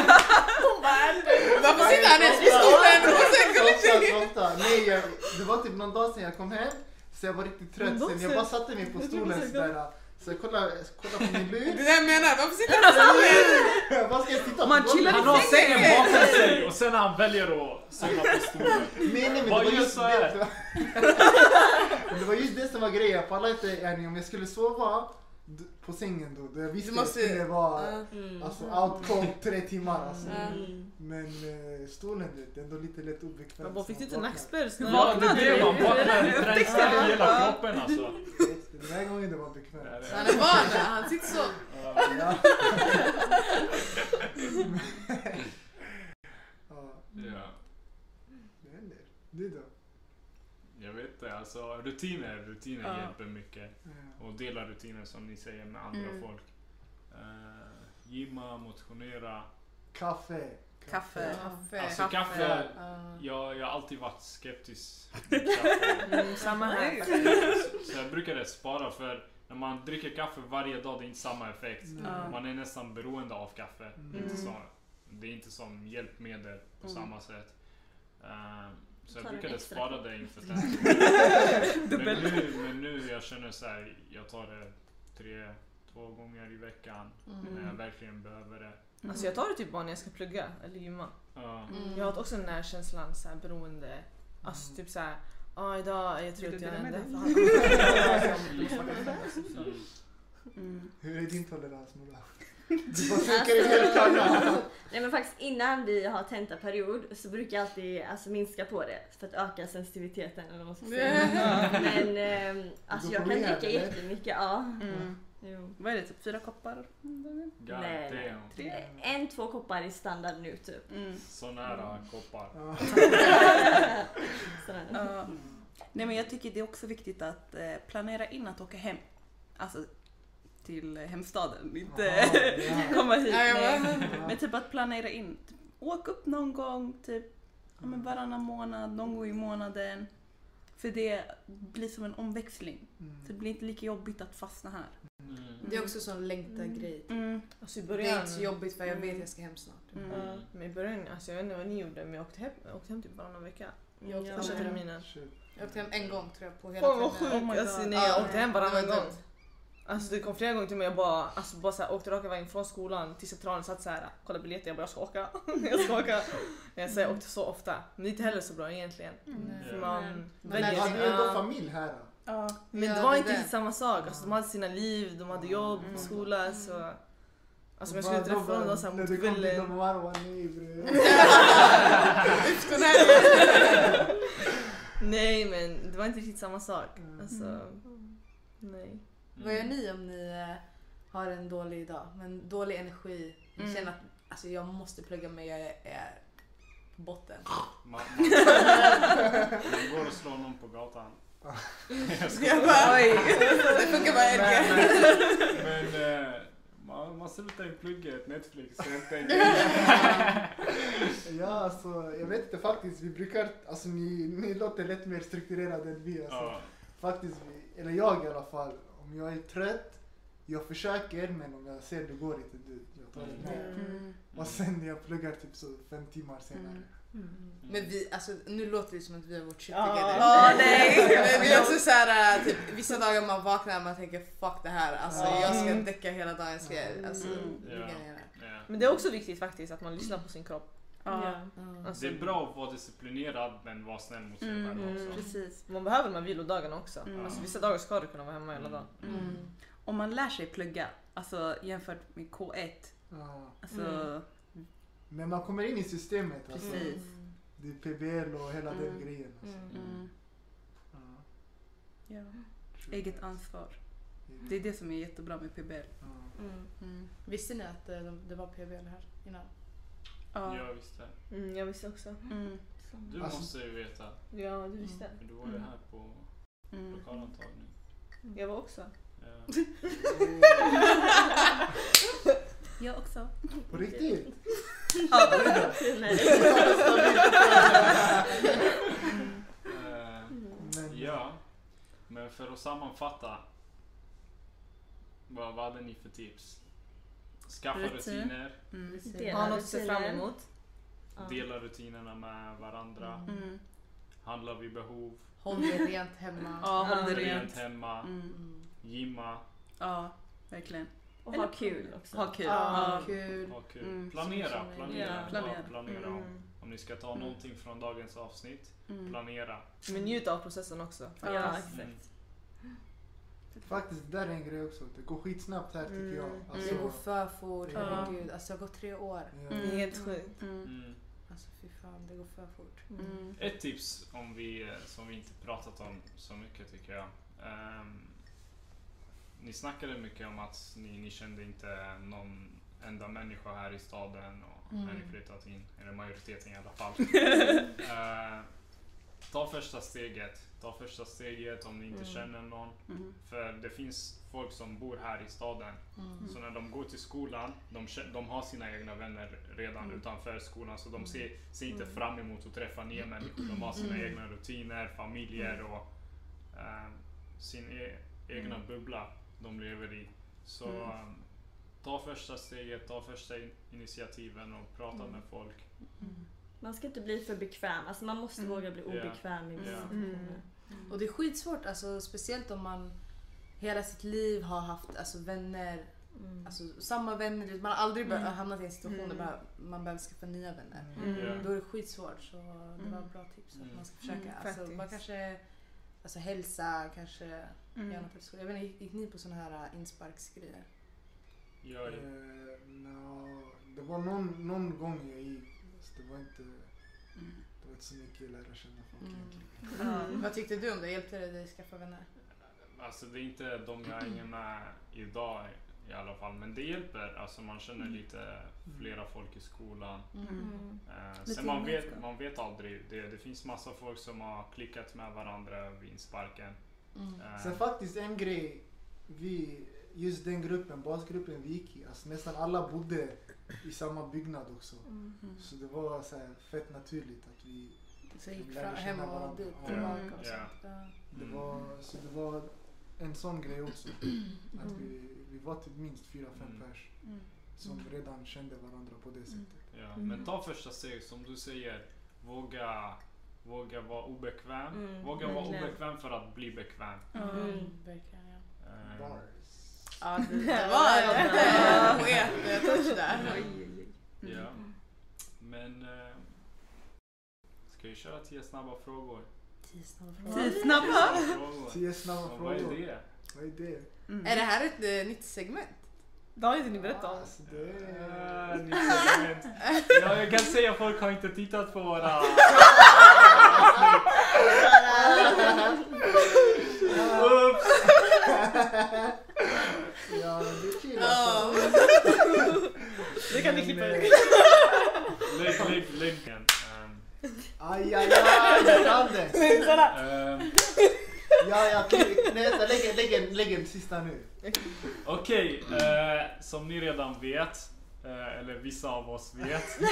Speaker 3: Varför sitter han ens vid stolen och sen går
Speaker 7: Ofta, ofta. Nej, jag, det var typ någon dag sedan jag kom hem. Så jag var riktigt trött. Sen jag bara satte mig på stolen sådär. Så jag kollade, kollade på min
Speaker 3: Det
Speaker 7: lur.
Speaker 3: är det jag menar, varför sitter han på stolen?
Speaker 7: Vad ska jag sitta på
Speaker 5: Man
Speaker 7: golvet?
Speaker 5: chillar
Speaker 2: Han har sängen bakom sig och sen han väljer att somna på stolen.
Speaker 7: Nej, nej, men det
Speaker 2: Vad
Speaker 7: var
Speaker 2: gör
Speaker 7: just
Speaker 2: så här?
Speaker 7: det. Det var just det som var grejen. Jag pallade inte, yani, om jag skulle sova d- på sängen då, då jag visste
Speaker 3: Du måste-
Speaker 7: att det skulle vara
Speaker 3: Ja.
Speaker 6: Mm.
Speaker 7: alltså, out cold tre timmar. Alltså.
Speaker 6: Mm.
Speaker 7: Men eh, stolen det är ändå lite lätt obekvämt.
Speaker 4: Men bara fick du inte
Speaker 7: så man
Speaker 4: nackspärr?
Speaker 2: Ja, det är det man vaknar. Det tränsar i hela kroppen alltså.
Speaker 7: vaknar. Den här gången det var bekvämt.
Speaker 2: Ja, det
Speaker 3: Han är van där, han sitter så.
Speaker 2: Ja.
Speaker 7: Ja. Ja,
Speaker 2: Ja.
Speaker 7: det händer. Du då?
Speaker 2: Jag vet inte, alltså rutiner, rutiner
Speaker 5: Ja.
Speaker 2: hjälper mycket.
Speaker 7: Ja.
Speaker 2: Och dela rutiner som ni säger med andra
Speaker 5: Mm.
Speaker 2: folk. Uh, gymma, motionera.
Speaker 7: Kaffe.
Speaker 5: Kaffe.
Speaker 3: Kaffe.
Speaker 2: Alltså kaffe,
Speaker 3: Ja.
Speaker 2: jag, jag har alltid varit skeptisk mot kaffe.
Speaker 4: Mm, samma här.
Speaker 2: Så jag brukade spara för när man dricker kaffe varje dag det är inte samma effekt.
Speaker 5: Ja.
Speaker 2: Man är nästan beroende av kaffe.
Speaker 7: Mm.
Speaker 2: Inte så, det är inte som hjälpmedel på
Speaker 5: Mm.
Speaker 2: samma sätt. Uh, så jag
Speaker 6: Tar en
Speaker 2: brukade
Speaker 6: extra
Speaker 2: spara
Speaker 6: kopp.
Speaker 2: det inför träning. men, nu, men nu jag känner så här, jag tar det tre, två gånger i veckan när jag verkligen behöver det.
Speaker 4: Alltså jag tar det typ bara när jag ska plugga eller gymma.
Speaker 2: Ja.
Speaker 3: Mm.
Speaker 4: Jag har också den här känslan så här beroende. Alltså typ såhär, ja ah, idag är jag trött,
Speaker 5: Vill du
Speaker 4: jag
Speaker 5: dela med
Speaker 4: är
Speaker 5: dig? Mm.
Speaker 7: Hur är din tolerans Mola? Du får söka dig helt kanna.
Speaker 6: Nej men faktiskt innan vi har tentaperiod så brukar jag alltid alltså, minska på det för att öka sensitiviteten eller vad man ska säga. Men ehm, alltså
Speaker 7: Du
Speaker 6: jag
Speaker 7: får
Speaker 6: kan
Speaker 7: bli här,
Speaker 6: dricka
Speaker 7: eller?
Speaker 6: jättemycket, ja.
Speaker 5: Mm.
Speaker 6: Jo.
Speaker 5: Vad är det, typ fyra koppar?
Speaker 2: God
Speaker 6: Nej, nej.
Speaker 2: damn.
Speaker 5: Tre?
Speaker 6: En, två koppar i standard nu typ.
Speaker 5: Mm.
Speaker 2: Så nära koppar.
Speaker 7: Ja.
Speaker 6: Sådär.
Speaker 5: Ja. Nej men jag tycker det är också viktigt att eh, planera in att åka hem. Alltså till eh, hemstaden, inte
Speaker 7: Ja, ja.
Speaker 5: komma hit.
Speaker 3: Ja, jag
Speaker 5: Nej.
Speaker 3: bara-
Speaker 5: Men typ att planera in. Typ, åk upp någon gång, typ ja, men varannan månad, någon gång i månaden. För det blir som en omväxling.
Speaker 7: Mm.
Speaker 5: Så det blir inte lika jobbigt att fastna här.
Speaker 2: Mm.
Speaker 3: Det är också en sån längta-grej.
Speaker 5: Mm.
Speaker 4: Alltså i
Speaker 3: Det är
Speaker 4: början.
Speaker 3: inte så jobbigt för jag vet att jag ska hem snart.
Speaker 5: Mm.
Speaker 4: Ja, men i början, alltså jag vet inte vad ni gjorde men jag åkte hem, jag åkte hem typ varannan vecka.
Speaker 3: Jag åkte,
Speaker 6: Ja.
Speaker 4: Första
Speaker 3: hem,
Speaker 4: terminen.
Speaker 7: Shit.
Speaker 3: jag åkte hem en gång tror jag på hela
Speaker 4: Åh vad
Speaker 3: terminen.
Speaker 5: Oh my
Speaker 4: sjukt! Alltså,
Speaker 5: God.
Speaker 4: nej, jag
Speaker 3: Ja,
Speaker 4: åkte hem
Speaker 3: det
Speaker 4: varannan
Speaker 3: var
Speaker 4: gång.
Speaker 3: dumt.
Speaker 4: Alltså det kom flera gånger till mig, jag bara, alltså, bara så här, åkte raka vägen från skolan till centralen, satt så här, kollade biljetter, jag bara jag ska åka, jag ska åka. Jag, så jag åkte så ofta, men det är inte heller så bra egentligen.
Speaker 3: Nej.
Speaker 4: För
Speaker 2: Ja.
Speaker 4: man
Speaker 3: Man
Speaker 4: väljer
Speaker 7: Ja,
Speaker 3: lär
Speaker 7: du
Speaker 3: sig-
Speaker 7: är ändå
Speaker 4: ja.
Speaker 7: familj här.
Speaker 5: Ja.
Speaker 4: Men
Speaker 3: Ja,
Speaker 4: det var
Speaker 3: det
Speaker 4: inte
Speaker 3: är det.
Speaker 4: riktigt samma sak, alltså, de hade sina liv, de hade jobb,
Speaker 5: Mm.
Speaker 4: skola så... Alltså om jag
Speaker 7: Bara-
Speaker 4: skulle träffa
Speaker 7: bara-
Speaker 4: dem då så här
Speaker 7: när
Speaker 4: mot
Speaker 7: du kom till
Speaker 4: kvällen.
Speaker 7: dem, Marwan, nej bre.
Speaker 3: Efter den här-
Speaker 4: Nej men det var inte riktigt samma sak.
Speaker 7: Mm.
Speaker 4: Alltså, nej.
Speaker 3: Vad gör ni om ni eh, har en dålig dag? Men dålig energi. Ni
Speaker 5: Mm.
Speaker 3: känner att alltså, jag måste plugga men jag är, är på botten.
Speaker 2: Man, man, man går och slår någon på gatan. Jag skojar.
Speaker 3: Jag bara, oj. Det funkar bara Edgar.
Speaker 2: Men eh, man, man slutar i plugget, Netflix, helt enkelt.
Speaker 7: Ja, alltså, jag vet inte faktiskt. Vi brukar, alltså ni, ni låter lite mer strukturerade än vi. Alltså.
Speaker 2: Ja.
Speaker 7: Faktiskt, vi, eller jag i alla fall. Om jag är trött, jag försöker, men om jag ser det går inte, du, jag tar det med.
Speaker 5: Mm.
Speaker 7: Och sen jag pluggar typ så fem timmar senare.
Speaker 5: Mm.
Speaker 3: Men vi, alltså nu låter det som att vi har vårt shit
Speaker 4: Ja.
Speaker 3: together.
Speaker 4: Ja,
Speaker 3: nej. Men vi är också såhär, typ vissa dagar man vaknar och man tänker fuck det här. Alltså
Speaker 7: Ja.
Speaker 3: jag ska
Speaker 5: Mm.
Speaker 3: däcka hela dagen, jag ska alltså,
Speaker 5: Mm.
Speaker 3: ligga
Speaker 2: Ja.
Speaker 3: ner.
Speaker 2: Ja.
Speaker 4: Men det är också viktigt faktiskt att man lyssnar på sin kropp.
Speaker 5: Ja.
Speaker 3: Mm.
Speaker 4: Alltså,
Speaker 2: Det är bra att vara disciplinerad men vara snäll mot sig
Speaker 5: Mm,
Speaker 2: själv
Speaker 4: mm.
Speaker 2: också.
Speaker 5: Precis.
Speaker 4: Man behöver de här vilodagarna också.
Speaker 5: Mm.
Speaker 4: Alltså, vissa dagar ska du kunna vara hemma hela
Speaker 2: Mm.
Speaker 4: dagen.
Speaker 5: Mm. Om man lär sig plugga, alltså jämfört med K ett,
Speaker 7: Ja.
Speaker 5: alltså
Speaker 6: Mm.
Speaker 7: Men man kommer in i systemet. Alltså.
Speaker 5: precis.
Speaker 7: Det är P B L och hela
Speaker 5: Mm.
Speaker 7: den grejen. Alltså.
Speaker 6: Mm.
Speaker 5: Mm.
Speaker 7: Ja.
Speaker 5: Ja. Eget ansvar. Det är det som är jättebra med P B L.
Speaker 7: Ja.
Speaker 6: Mm.
Speaker 5: Mm.
Speaker 3: Visste ni att eh, de, det var P B L här innan?
Speaker 5: Ja.
Speaker 2: Jag visste.
Speaker 4: Mm, jag visste också.
Speaker 5: Mm.
Speaker 2: Du
Speaker 7: Alltså-
Speaker 2: måste ju veta.
Speaker 4: Ja, du visste.
Speaker 2: För du var ju
Speaker 5: Mm.
Speaker 2: här på
Speaker 5: Mm.
Speaker 2: lokalantagning.
Speaker 4: Jag var också.
Speaker 2: Ja.
Speaker 5: Jag också.
Speaker 7: På riktigt?
Speaker 5: Ja.
Speaker 6: Nej.
Speaker 2: Eh,
Speaker 7: Men,
Speaker 2: ja, men för att sammanfatta. Vad, vad hade ni för tips? Skaffa
Speaker 5: Rutin.
Speaker 2: rutiner,
Speaker 5: Mm.
Speaker 6: Dela
Speaker 4: Ha något att se
Speaker 6: rutiner.
Speaker 4: fram emot.
Speaker 6: Ja.
Speaker 2: dela rutinerna med varandra,
Speaker 5: Mm.
Speaker 2: handla vid behov,
Speaker 3: Håll det rent hemma.
Speaker 5: Ja, håll det
Speaker 2: rent
Speaker 5: rent.
Speaker 2: hemma,
Speaker 5: Mm.
Speaker 3: Mm.
Speaker 2: gymma,
Speaker 5: Ja, verkligen.
Speaker 6: Och ha kul också.
Speaker 5: Ha kul.
Speaker 3: Ja,
Speaker 5: Ja.
Speaker 3: kul.
Speaker 2: ha kul.
Speaker 5: Mm.
Speaker 2: Planera,
Speaker 3: Som- som-
Speaker 2: planera,
Speaker 6: ja.
Speaker 2: planera,
Speaker 5: Planera.
Speaker 2: planera om,
Speaker 4: Mm.
Speaker 2: om ni ska ta
Speaker 5: Mm.
Speaker 2: någonting från dagens avsnitt.
Speaker 5: Mm.
Speaker 2: Planera.
Speaker 4: Men njut av processen också.
Speaker 6: Ja,
Speaker 5: Ja.
Speaker 6: exakt.
Speaker 2: Mm.
Speaker 7: faktiskt, det där är en grej också. Det går skitsnabbt här tycker
Speaker 4: Mm.
Speaker 7: jag.
Speaker 4: Mm.
Speaker 7: Alltså,
Speaker 3: Det går för fort,
Speaker 7: Ja.
Speaker 3: herregud. Alltså jag har gått tre år.
Speaker 7: ja.
Speaker 4: Det är helt sjukt.
Speaker 5: Mm.
Speaker 2: Mm.
Speaker 3: Alltså fy fan, det går för fort.
Speaker 5: Mm.
Speaker 2: Ett tips om vi, eh, som vi inte pratat om så mycket tycker jag. Ehm, ni snackade mycket om att ni, ni kände inte någon enda människa här i staden och
Speaker 3: Mm.
Speaker 2: när ni flyttat in, eller majoriteten i alla fall. Eh, ta första steget. Ta första steget om ni inte
Speaker 6: Mm.
Speaker 2: känner någon.
Speaker 5: Mm.
Speaker 2: För det finns folk som bor här i staden.
Speaker 3: Mm.
Speaker 2: Så när de går till skolan, de, kä- de har sina egna vänner redan
Speaker 5: Mm.
Speaker 2: utanför skolan. Så de ser, ser inte
Speaker 6: Mm.
Speaker 2: fram emot att träffa nya människor. De har sina
Speaker 3: Mm.
Speaker 2: egna rutiner, familjer och eh, sin e- egna bubbla de lever i. Så
Speaker 5: Mm.
Speaker 2: eh, ta första steget, ta första in- initiativen och prata
Speaker 6: Mm.
Speaker 2: med folk.
Speaker 5: Mm.
Speaker 6: Man ska inte bli för bekväm. Alltså man måste
Speaker 5: Mm.
Speaker 6: våga bli
Speaker 2: Ja.
Speaker 6: obekväm i vissa
Speaker 2: Ja.
Speaker 6: situationer.
Speaker 3: Och det är skitsvårt, alltså, speciellt om man hela sitt liv har haft alltså, vänner,
Speaker 6: Mm.
Speaker 3: alltså, samma vänner. du vet, Man har aldrig
Speaker 5: Mm.
Speaker 3: mm. hamnat i en situation
Speaker 5: Mm.
Speaker 3: där man, man behöver skaffa nya vänner.
Speaker 7: Mm.
Speaker 2: Ja.
Speaker 3: Då är det skitsvårt, så det var
Speaker 5: Mm.
Speaker 3: bra tips att
Speaker 2: Mm.
Speaker 3: man ska försöka.
Speaker 5: Mm,
Speaker 3: alltså,
Speaker 5: faktiskt.
Speaker 3: bara kanske alltså, hälsa, kanske
Speaker 5: Mm.
Speaker 3: göra något efter skolan. Jag vet inte, gick ni på såna här uh, insparksgrejer?
Speaker 2: Jag,
Speaker 7: Eh, no, det var någon, någon gång jag gick, fast det var inte,
Speaker 5: Mm.
Speaker 7: det var inte så mycket att lära känna folk
Speaker 3: Mm.
Speaker 7: egentligen.
Speaker 5: Ja.
Speaker 3: Vad tyckte du om det? Hjälpte det dig att skaffa vänner?
Speaker 2: Alltså det är inte de jag hänger med idag i alla fall, men det hjälper. Alltså man känner lite flera folk i skolan.
Speaker 6: Mm.
Speaker 2: Eh,
Speaker 5: Lite
Speaker 2: sen man vet,
Speaker 5: gemenskap.
Speaker 2: man vet aldrig. Det, det finns massa folk som har klickat med varandra vid insparken.
Speaker 3: Mm.
Speaker 2: Eh,
Speaker 7: Sen faktiskt en grej, vi, just den gruppen, basgruppen vi gick i, alltså nästan alla bodde i samma byggnad också.
Speaker 6: Mm.
Speaker 5: Mm.
Speaker 7: Så det var så här, fett naturligt att vi,
Speaker 3: Så gick
Speaker 7: lärde
Speaker 3: fram,
Speaker 7: känna
Speaker 3: hem och
Speaker 7: varandra.
Speaker 3: dit,
Speaker 7: Ja.
Speaker 3: tillbaka och
Speaker 2: Ja.
Speaker 3: sånt. Ja.
Speaker 7: det
Speaker 2: Mm.
Speaker 7: var, så det var en sån grej också. Att vi, vi var typ minst fyra, fem
Speaker 2: Mm.
Speaker 7: pers
Speaker 5: Mm.
Speaker 7: som redan kände varandra på det sättet.
Speaker 2: Ja,
Speaker 6: Mm.
Speaker 2: men ta första steg som du säger. Våga, våga vara obekväm.
Speaker 6: Mm,
Speaker 2: Våga vara
Speaker 6: verkligen.
Speaker 2: obekväm för att bli bekväm.
Speaker 6: Mm.
Speaker 3: Verkligen, ja.
Speaker 2: Eh,
Speaker 7: Bars.
Speaker 3: Ja, det, det var lite poet-touch där.
Speaker 2: Ja. Men eh, ska vi köra tio snabba frågor?
Speaker 3: Tio snabba frågor.
Speaker 5: Tio snabba.
Speaker 2: frågor.
Speaker 7: Tio snabba
Speaker 2: Så vad är
Speaker 7: frågor.
Speaker 2: det?
Speaker 7: Vad är det?
Speaker 5: Mm.
Speaker 3: Är det här ett eh, nytt segment?
Speaker 4: Det har inte ni berättat om.
Speaker 7: Alltså, det
Speaker 2: Eh,
Speaker 7: är...
Speaker 2: nytt segment. Ja, jag kan säga att folk har inte tittat på våra... Oops!
Speaker 7: Ja, men det är kul
Speaker 3: Ja.
Speaker 7: alltså.
Speaker 4: Det kan ni klippa
Speaker 7: Men,
Speaker 4: ut.
Speaker 7: eh,
Speaker 2: Lägg, lägg, lägg den. Ehm,
Speaker 7: Aj, aj, aj, jag kan det.
Speaker 2: ehm,
Speaker 7: Ja, ja, klick. Nej, vänta, lägg, en- lägg, en- lägg en sista nu.
Speaker 2: Okej, eh, som ni redan vet, eh, eller vissa av oss vet.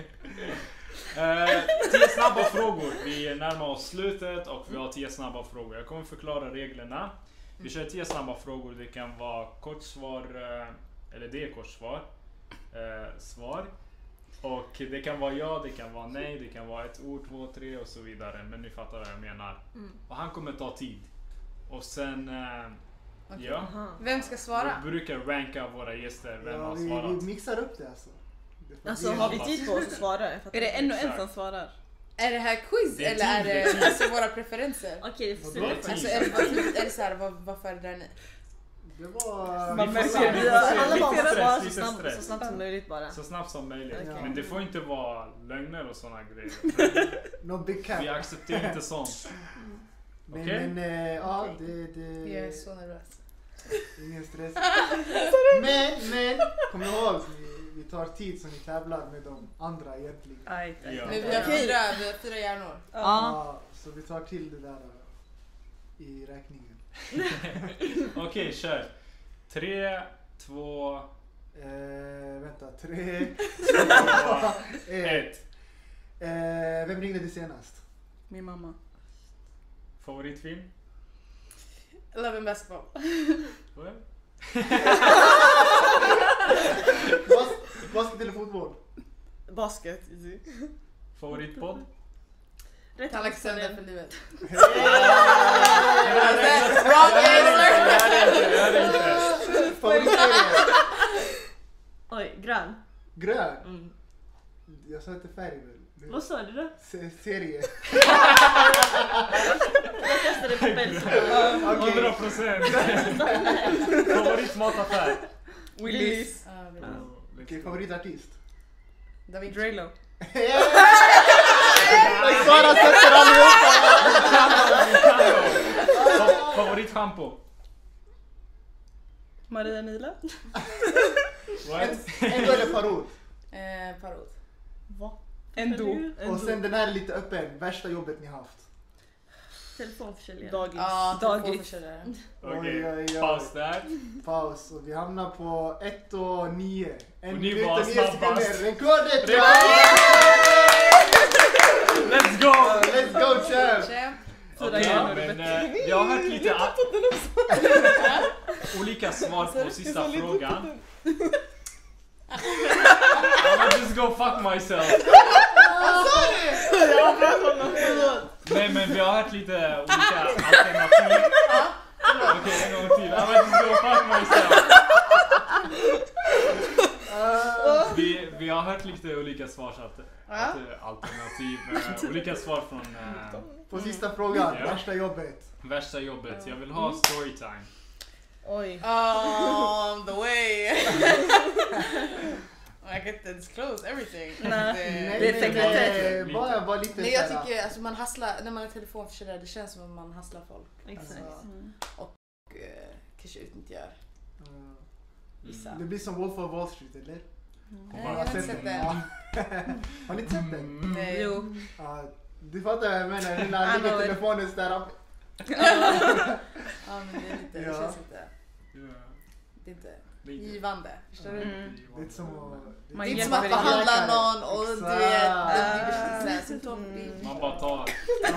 Speaker 2: eh, tio snabba frågor. Vi närmar oss slutet och vi har tio snabba frågor. Jag kommer förklara reglerna. Vi kör tio snabba frågor. Det kan vara kort svar, eh, eller det är kort svar. Eh, svar. Och det kan vara ja, det kan vara nej, det kan vara ett ord, två, tre och så vidare. Men ni fattar vad jag menar.
Speaker 6: Mm.
Speaker 2: Och han kommer ta tid. Och sen, eh,
Speaker 3: Okej.
Speaker 2: ja.
Speaker 3: Vem ska svara?
Speaker 2: Vi brukar ranka våra gäster, vem
Speaker 7: Ja,
Speaker 2: har
Speaker 7: vi,
Speaker 2: svarat.
Speaker 7: vi mixar upp det alltså. Det får
Speaker 4: Alltså
Speaker 7: bli-
Speaker 4: har vi tid på oss att svara? Jag fattar
Speaker 5: Är det en och en
Speaker 2: Exakt.
Speaker 5: som svarar?
Speaker 3: Är det här quiz
Speaker 2: Det är
Speaker 3: eller är
Speaker 2: tid, det är tid.
Speaker 3: det alltså, våra preferenser?
Speaker 6: Okej, det får
Speaker 7: Vadå?
Speaker 6: sluta.
Speaker 3: Alltså, är det, vad, är det så här, vad, vad föredrar ni?
Speaker 7: Det var...
Speaker 4: Man
Speaker 2: Vi får
Speaker 4: märker
Speaker 2: se, vi
Speaker 4: det.
Speaker 2: får se.
Speaker 4: Alla
Speaker 2: Lite
Speaker 4: bara
Speaker 2: stress,
Speaker 4: svarar så
Speaker 2: lite
Speaker 4: snabbt,
Speaker 2: stress.
Speaker 4: så snabbt som möjligt bara.
Speaker 2: Så snabbt som möjligt.
Speaker 4: Okej.
Speaker 2: Men det får inte vara lögner och såna grejer.
Speaker 7: No big cap.
Speaker 2: Vi accepterar inte sånt.
Speaker 7: Men,
Speaker 2: Okej?
Speaker 7: men äh, ja, det...
Speaker 3: Jag är
Speaker 7: det
Speaker 3: så nervös.
Speaker 7: ingen stress. Men, men, kom ihåg. Vi, vi tar tid så ni tävlar med de andra egentligen.
Speaker 5: Aj, aj.
Speaker 2: Ja.
Speaker 3: Men vi har fyra, vi har fyra hjärnor.
Speaker 4: Ja.
Speaker 7: Ja, så vi tar till det där äh, i räkningen.
Speaker 1: räkningen.
Speaker 2: Okej, kör. Tre, två,
Speaker 1: Eh, vänta, tre,
Speaker 2: två,
Speaker 1: ett.
Speaker 2: ett.
Speaker 1: Eh, vem ringde du senast?
Speaker 5: Min mamma.
Speaker 2: Favoritfilm?
Speaker 3: Love and basketball.
Speaker 2: Well.
Speaker 1: Bas basket eller fotboll?
Speaker 4: Basket, easy.
Speaker 2: Favoritpodd?
Speaker 6: Rätt
Speaker 3: Alexander för livet.
Speaker 2: Wrong answer!
Speaker 1: Favoritserie?
Speaker 6: Oj, grön.
Speaker 1: Grön?
Speaker 6: Mm.
Speaker 1: Jag sa inte färg väl? Det-
Speaker 6: Vad sa du då?
Speaker 1: Se serie.
Speaker 6: Jag kastade på pälsen.
Speaker 2: hundra procent! Favoritmataffär?
Speaker 5: Willys.
Speaker 3: Ah, vi-
Speaker 2: Oh,
Speaker 1: Okej, favoritartist?
Speaker 3: Da Vinci.
Speaker 5: Drelo.
Speaker 7: Sara sätter allihopa!
Speaker 2: Fa- Favoritschampo?
Speaker 5: Maria Nila.
Speaker 2: What?
Speaker 1: Ändå eller parod?
Speaker 3: Eh, parod.
Speaker 5: Ändå.
Speaker 1: Och sen den här är lite öppen. Värsta jobbet ni haft?
Speaker 6: Telefonförsäljare.
Speaker 5: Dagis.
Speaker 3: Ja,
Speaker 5: Dagis.
Speaker 3: telefonförsäljare.
Speaker 2: Okej,
Speaker 1: Oj, oj, oj.
Speaker 2: paus där.
Speaker 1: Paus. Och vi hamnar på ett och nio. En
Speaker 2: Och ni
Speaker 1: minut
Speaker 2: var
Speaker 1: och nio
Speaker 2: snabbast.
Speaker 1: sekunder. Rekordet!
Speaker 2: Rekord! Let's go!
Speaker 1: Let's go champ!
Speaker 3: Champ.
Speaker 2: Okej,
Speaker 5: Fyra
Speaker 2: men eh, jag har hört lite a- olika svar på sista frågan. I'm gonna just go fuck myself. Nej, men vi har hört lite olika alternativ. Okej, en gång till. I'm gonna just go fuck myself. Vi, vi har hört lite olika svar, så att, att, eh, alternativ. eh, Olika svar från eh,
Speaker 1: På sista frågan.
Speaker 2: Ja.
Speaker 1: Värsta jobbet.
Speaker 2: värsta jobbet. Jag vill ha storytime.
Speaker 4: Oj.
Speaker 3: On the way. I get to disclose everything.
Speaker 5: Nej.
Speaker 3: Det-
Speaker 5: Det är sekretess.
Speaker 1: nej, Bara, bara lite
Speaker 3: Nej, jag
Speaker 1: såhär-
Speaker 3: tycker alltså man hasslar, när man är telefonförsäljare, det känns som att man hasslar folk.
Speaker 6: Exakt.
Speaker 3: Alltså,
Speaker 5: Mm.
Speaker 3: och eh, kanske utnyttjar
Speaker 1: Mm.
Speaker 3: vissa.
Speaker 1: Det blir som Wolf of Wall Street, eller?
Speaker 3: Nej, jag har inte sett det.
Speaker 1: Ja. Har ni inte sett den?
Speaker 3: Nej.
Speaker 5: Jo.
Speaker 1: Ja, du fattar vad jag menar. När han
Speaker 5: I
Speaker 1: ligger
Speaker 5: know it.
Speaker 1: telefonen sådär.
Speaker 3: Ja, men det är lite, det
Speaker 1: Ja.
Speaker 3: känns inte, det är inte givande. Förstår du?
Speaker 5: Mm.
Speaker 1: Det är inte som att...
Speaker 3: Det
Speaker 5: Man
Speaker 3: är inte som
Speaker 5: hjälper
Speaker 3: att
Speaker 5: varandra.
Speaker 3: behandla någon och du
Speaker 1: Exakt.
Speaker 3: vet, det blir såhär symptom.
Speaker 2: Man bara tar.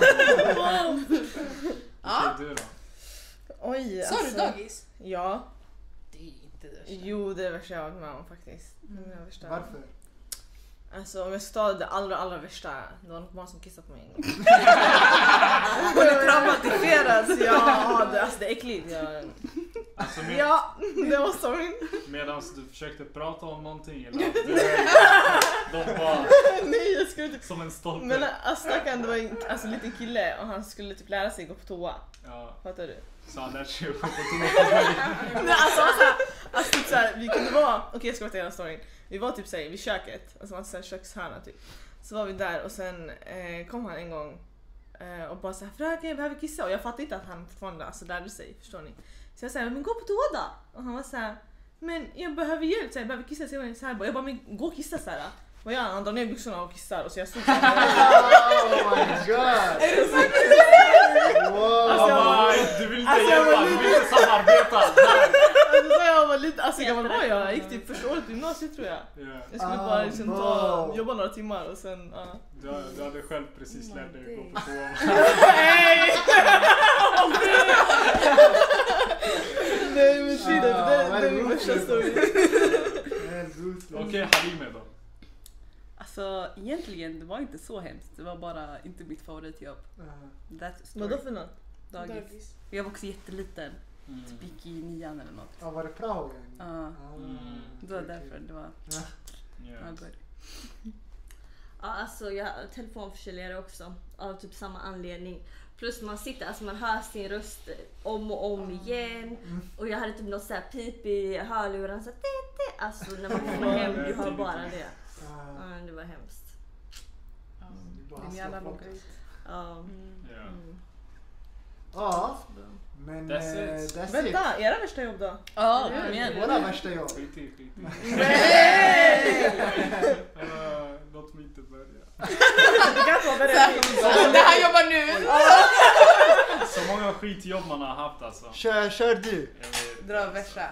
Speaker 3: Ja,
Speaker 2: Okej, du då?
Speaker 4: Oj,
Speaker 3: sa du
Speaker 4: alltså.
Speaker 3: dagis?
Speaker 4: Ja.
Speaker 3: Det är inte det.
Speaker 4: Jo, det är det värsta jag har varit med om faktiskt. Det är det värsta.
Speaker 1: Varför?
Speaker 4: Alltså om jag ska ta det allra allra värsta, det var något barn som kissade på mig en gång.
Speaker 5: Hon är traumatiserad.
Speaker 4: Så jag hade, alltså det är äckligt. Jag,
Speaker 2: Alltså med,
Speaker 4: ja, det var storyn.
Speaker 2: medan du försökte prata om någonting eller? Du, de var
Speaker 4: Nej, jag skulle typ...
Speaker 2: som en stolpe.
Speaker 4: Men alltså stackarn, det var en alltså, liten kille och han skulle typ lära sig gå på toa.
Speaker 2: Ja,
Speaker 4: Fattar du?
Speaker 2: så han lärde sig att gå på toa på mig.
Speaker 4: Nej, alltså, alltså, alltså typ såhär, vi kunde vara, okej okay, jag ska berätta hela storyn. Vi var typ såhär vid köket, alltså man såhär kökshörna typ. Så var vi där och sen eh, kom han en gång eh, och bara såhär, fröken jag behöver kissa. Och jag fattade inte att han fortfarande alltså, lärde sig, förstår ni? Så jag sa, men gå på toa då. Och han var såhär, men jag behöver hjälp, så jag behöver kissa. Så jag var så här, jag bara, men gå och kissa såhär. Vad gör han? Han drar ner byxorna och kissar och så jag stod såhär.
Speaker 1: Oh my god! Wow!
Speaker 2: Han bara, du vill inte
Speaker 4: Alltså, jag var
Speaker 2: hjälpa, du vill inte samarbeta.
Speaker 4: Alltså, så jag var lite, alltså gammal var jag, jag gick typ första året på gymnasiet tror jag.
Speaker 2: Ja,
Speaker 4: Jag skulle
Speaker 1: Ah,
Speaker 4: bara liksom ta,
Speaker 1: wow.
Speaker 4: jobba några timmar och sen, ja.
Speaker 2: du, du hade själv precis
Speaker 3: Oh
Speaker 2: lärt
Speaker 3: my
Speaker 2: dig att gå
Speaker 3: days.
Speaker 2: på toa.
Speaker 4: Nej men shit, det,
Speaker 1: Ah,
Speaker 4: det,
Speaker 1: vad
Speaker 4: det
Speaker 1: är
Speaker 4: är min
Speaker 1: det
Speaker 4: värsta
Speaker 1: roligt?
Speaker 4: story.
Speaker 1: Helt ruthless.
Speaker 2: Okej, Halime då?
Speaker 5: Alltså egentligen, det var inte så hemskt. Det var bara inte mitt favoritjobb.
Speaker 1: Ah.
Speaker 5: That's the story.
Speaker 4: Vadå för något?
Speaker 5: Dagis. Jag var också jätteliten.
Speaker 2: Mm.
Speaker 5: Typ gick i nian eller något.
Speaker 1: Ja, var det prao igen?
Speaker 5: Ja,
Speaker 1: Ah,
Speaker 2: Mm.
Speaker 5: det var
Speaker 1: okej,
Speaker 5: därför det var
Speaker 1: Ja.
Speaker 2: Ja.
Speaker 5: ja, good.
Speaker 6: Ja, alltså jag har telefonförsäljare också av typ samma anledning. Plus man sitter, alltså man hör sin röst om och om igen. Och jag hade typ något såhär pip i hörluren så att det, det. Alltså när man kommer hem, du hör bara det.
Speaker 1: Ah,
Speaker 6: Ja, det var hemskt.
Speaker 1: det är bara
Speaker 5: Din jävla
Speaker 1: slå folk.
Speaker 5: logga ut.
Speaker 6: Ja.
Speaker 2: Ja.
Speaker 6: Mm.
Speaker 1: Ja, men
Speaker 2: That's
Speaker 1: eh,
Speaker 2: it.
Speaker 1: that's it.
Speaker 4: Vänta, era värsta jobb då?
Speaker 5: Ja,
Speaker 6: Ja,
Speaker 5: kom igen.
Speaker 1: Våra värsta jobb.
Speaker 2: Skit i, skit i. Uh, låt mig inte börja.
Speaker 4: Du kan inte vara
Speaker 3: Så
Speaker 4: värre.
Speaker 3: här, det här jobbar nu.
Speaker 2: Så Så många skitjobb man har haft alltså.
Speaker 7: Kör, kör du!
Speaker 2: Jag vet,
Speaker 3: Dra
Speaker 2: alltså.
Speaker 3: värsta.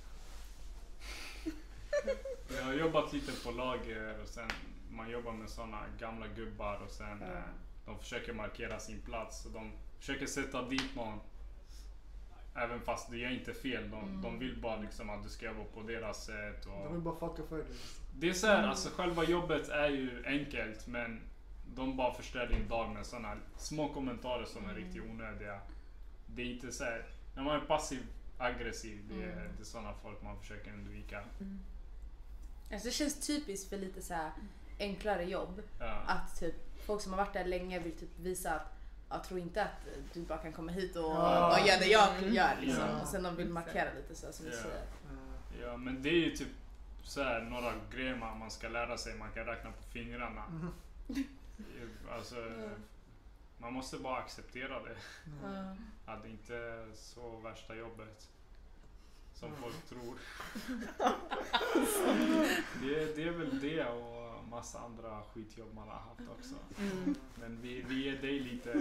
Speaker 2: Jag har jobbat lite på lager och sen man jobbar med såna gamla gubbar och sen
Speaker 3: Ja.
Speaker 2: eh, de försöker markera sin plats och de försöker sätta dit någon. Även fast det gör inte fel. De,
Speaker 3: Mm.
Speaker 2: de vill bara liksom att du ska jobba på deras sätt. Och
Speaker 1: De vill bara fucka för dig.
Speaker 2: det är så här, alltså själva jobbet är ju enkelt men de bara förstör din dag med såna små kommentarer som är riktigt onödiga. Det är inte så här, när man är passiv aggressiv, det är,
Speaker 3: Mm.
Speaker 2: det är såna folk man försöker undvika.
Speaker 3: Alltså det känns typiskt för lite så här enklare jobb.
Speaker 2: Ja.
Speaker 3: Att typ folk som har varit där länge vill typ visa att jag tror inte att du bara kan komma hit och,
Speaker 1: Ja.
Speaker 3: och göra det jag gör liksom.
Speaker 2: Ja.
Speaker 3: Och sen de vill markera lite så som du
Speaker 2: Ja.
Speaker 3: säger.
Speaker 1: Uh,
Speaker 2: Ja, men det är ju typ så här, några grejer man, man ska lära sig. Man kan räkna på fingrarna.
Speaker 1: mhm.
Speaker 2: Alltså, man måste bara acceptera det.
Speaker 3: Ja.
Speaker 2: Att det inte är så värsta jobbet som
Speaker 1: Mm.
Speaker 2: folk tror. det, är- det är väl det och massa andra skitjobb man har haft också.
Speaker 5: Mm.
Speaker 2: Men vi, vi ger dig lite...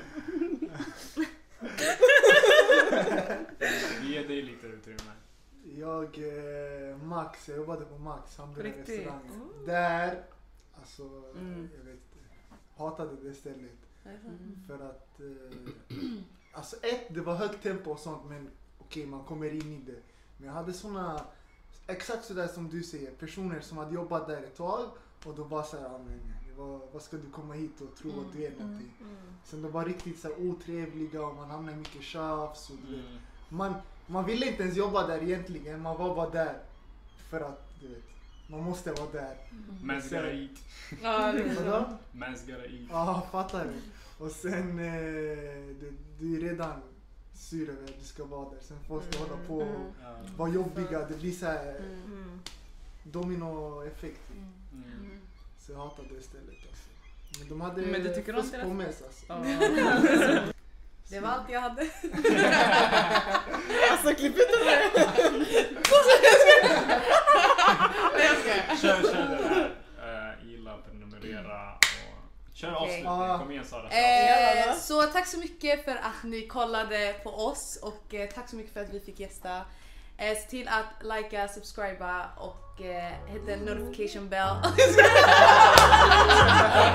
Speaker 2: vi ger dig lite utrymme.
Speaker 1: Jag, eh, Max, jag jobbade på Max,
Speaker 5: På riktigt?
Speaker 1: hamburgerrestaurang. Där, alltså,
Speaker 5: Mm.
Speaker 1: jag vet inte, hatade det stället.
Speaker 5: Mm.
Speaker 1: För att, eh, alltså ett, det var högt tempo och sånt men okej man kommer in i det. Men jag hade såna, exakt sådär som du säger, personer som hade jobbat där ett tag och då bara såhär, ah, men, vad, vad ska du komma hit och tro att du är någonting? Sen de var riktigt så här otrevliga och man hamnade i mycket tjafs och du vet.
Speaker 2: Mm.
Speaker 1: Man, man ville inte ens jobba där egentligen, man var bara där för att, du vet, man måste vara där.
Speaker 2: Man's gotta eat.
Speaker 3: Ja, det är
Speaker 1: Vadå?
Speaker 2: Man's gotta eat.
Speaker 1: Ja, fattar du? Och sen, eh, du, du är redan sur över att du ska vara där. Sen folk ska hålla på och
Speaker 2: Ja.
Speaker 1: vara jobbiga. Det blir så här
Speaker 6: Mm.
Speaker 1: dominoeffekt.
Speaker 2: Mm.
Speaker 1: Så jag hatar det stället alltså. Men de hade
Speaker 5: Men du tycker om
Speaker 1: fusk
Speaker 5: deras-
Speaker 1: på mess alltså.
Speaker 5: Ja.
Speaker 3: Det var allt jag hade.
Speaker 5: Alltså klipp ut det här.
Speaker 3: Nej jag skojar.
Speaker 2: Kör, kör det där. Uh, gilla, prenumerera och kör
Speaker 3: Okej.
Speaker 2: avslutning.
Speaker 1: Ja.
Speaker 2: Kom igen Sara.
Speaker 3: Eh, så tack så mycket för att ni kollade på oss och eh, tack så mycket för att vi fick gästa. Eh, se till att likea, subscriba och eh, hit den notification bell.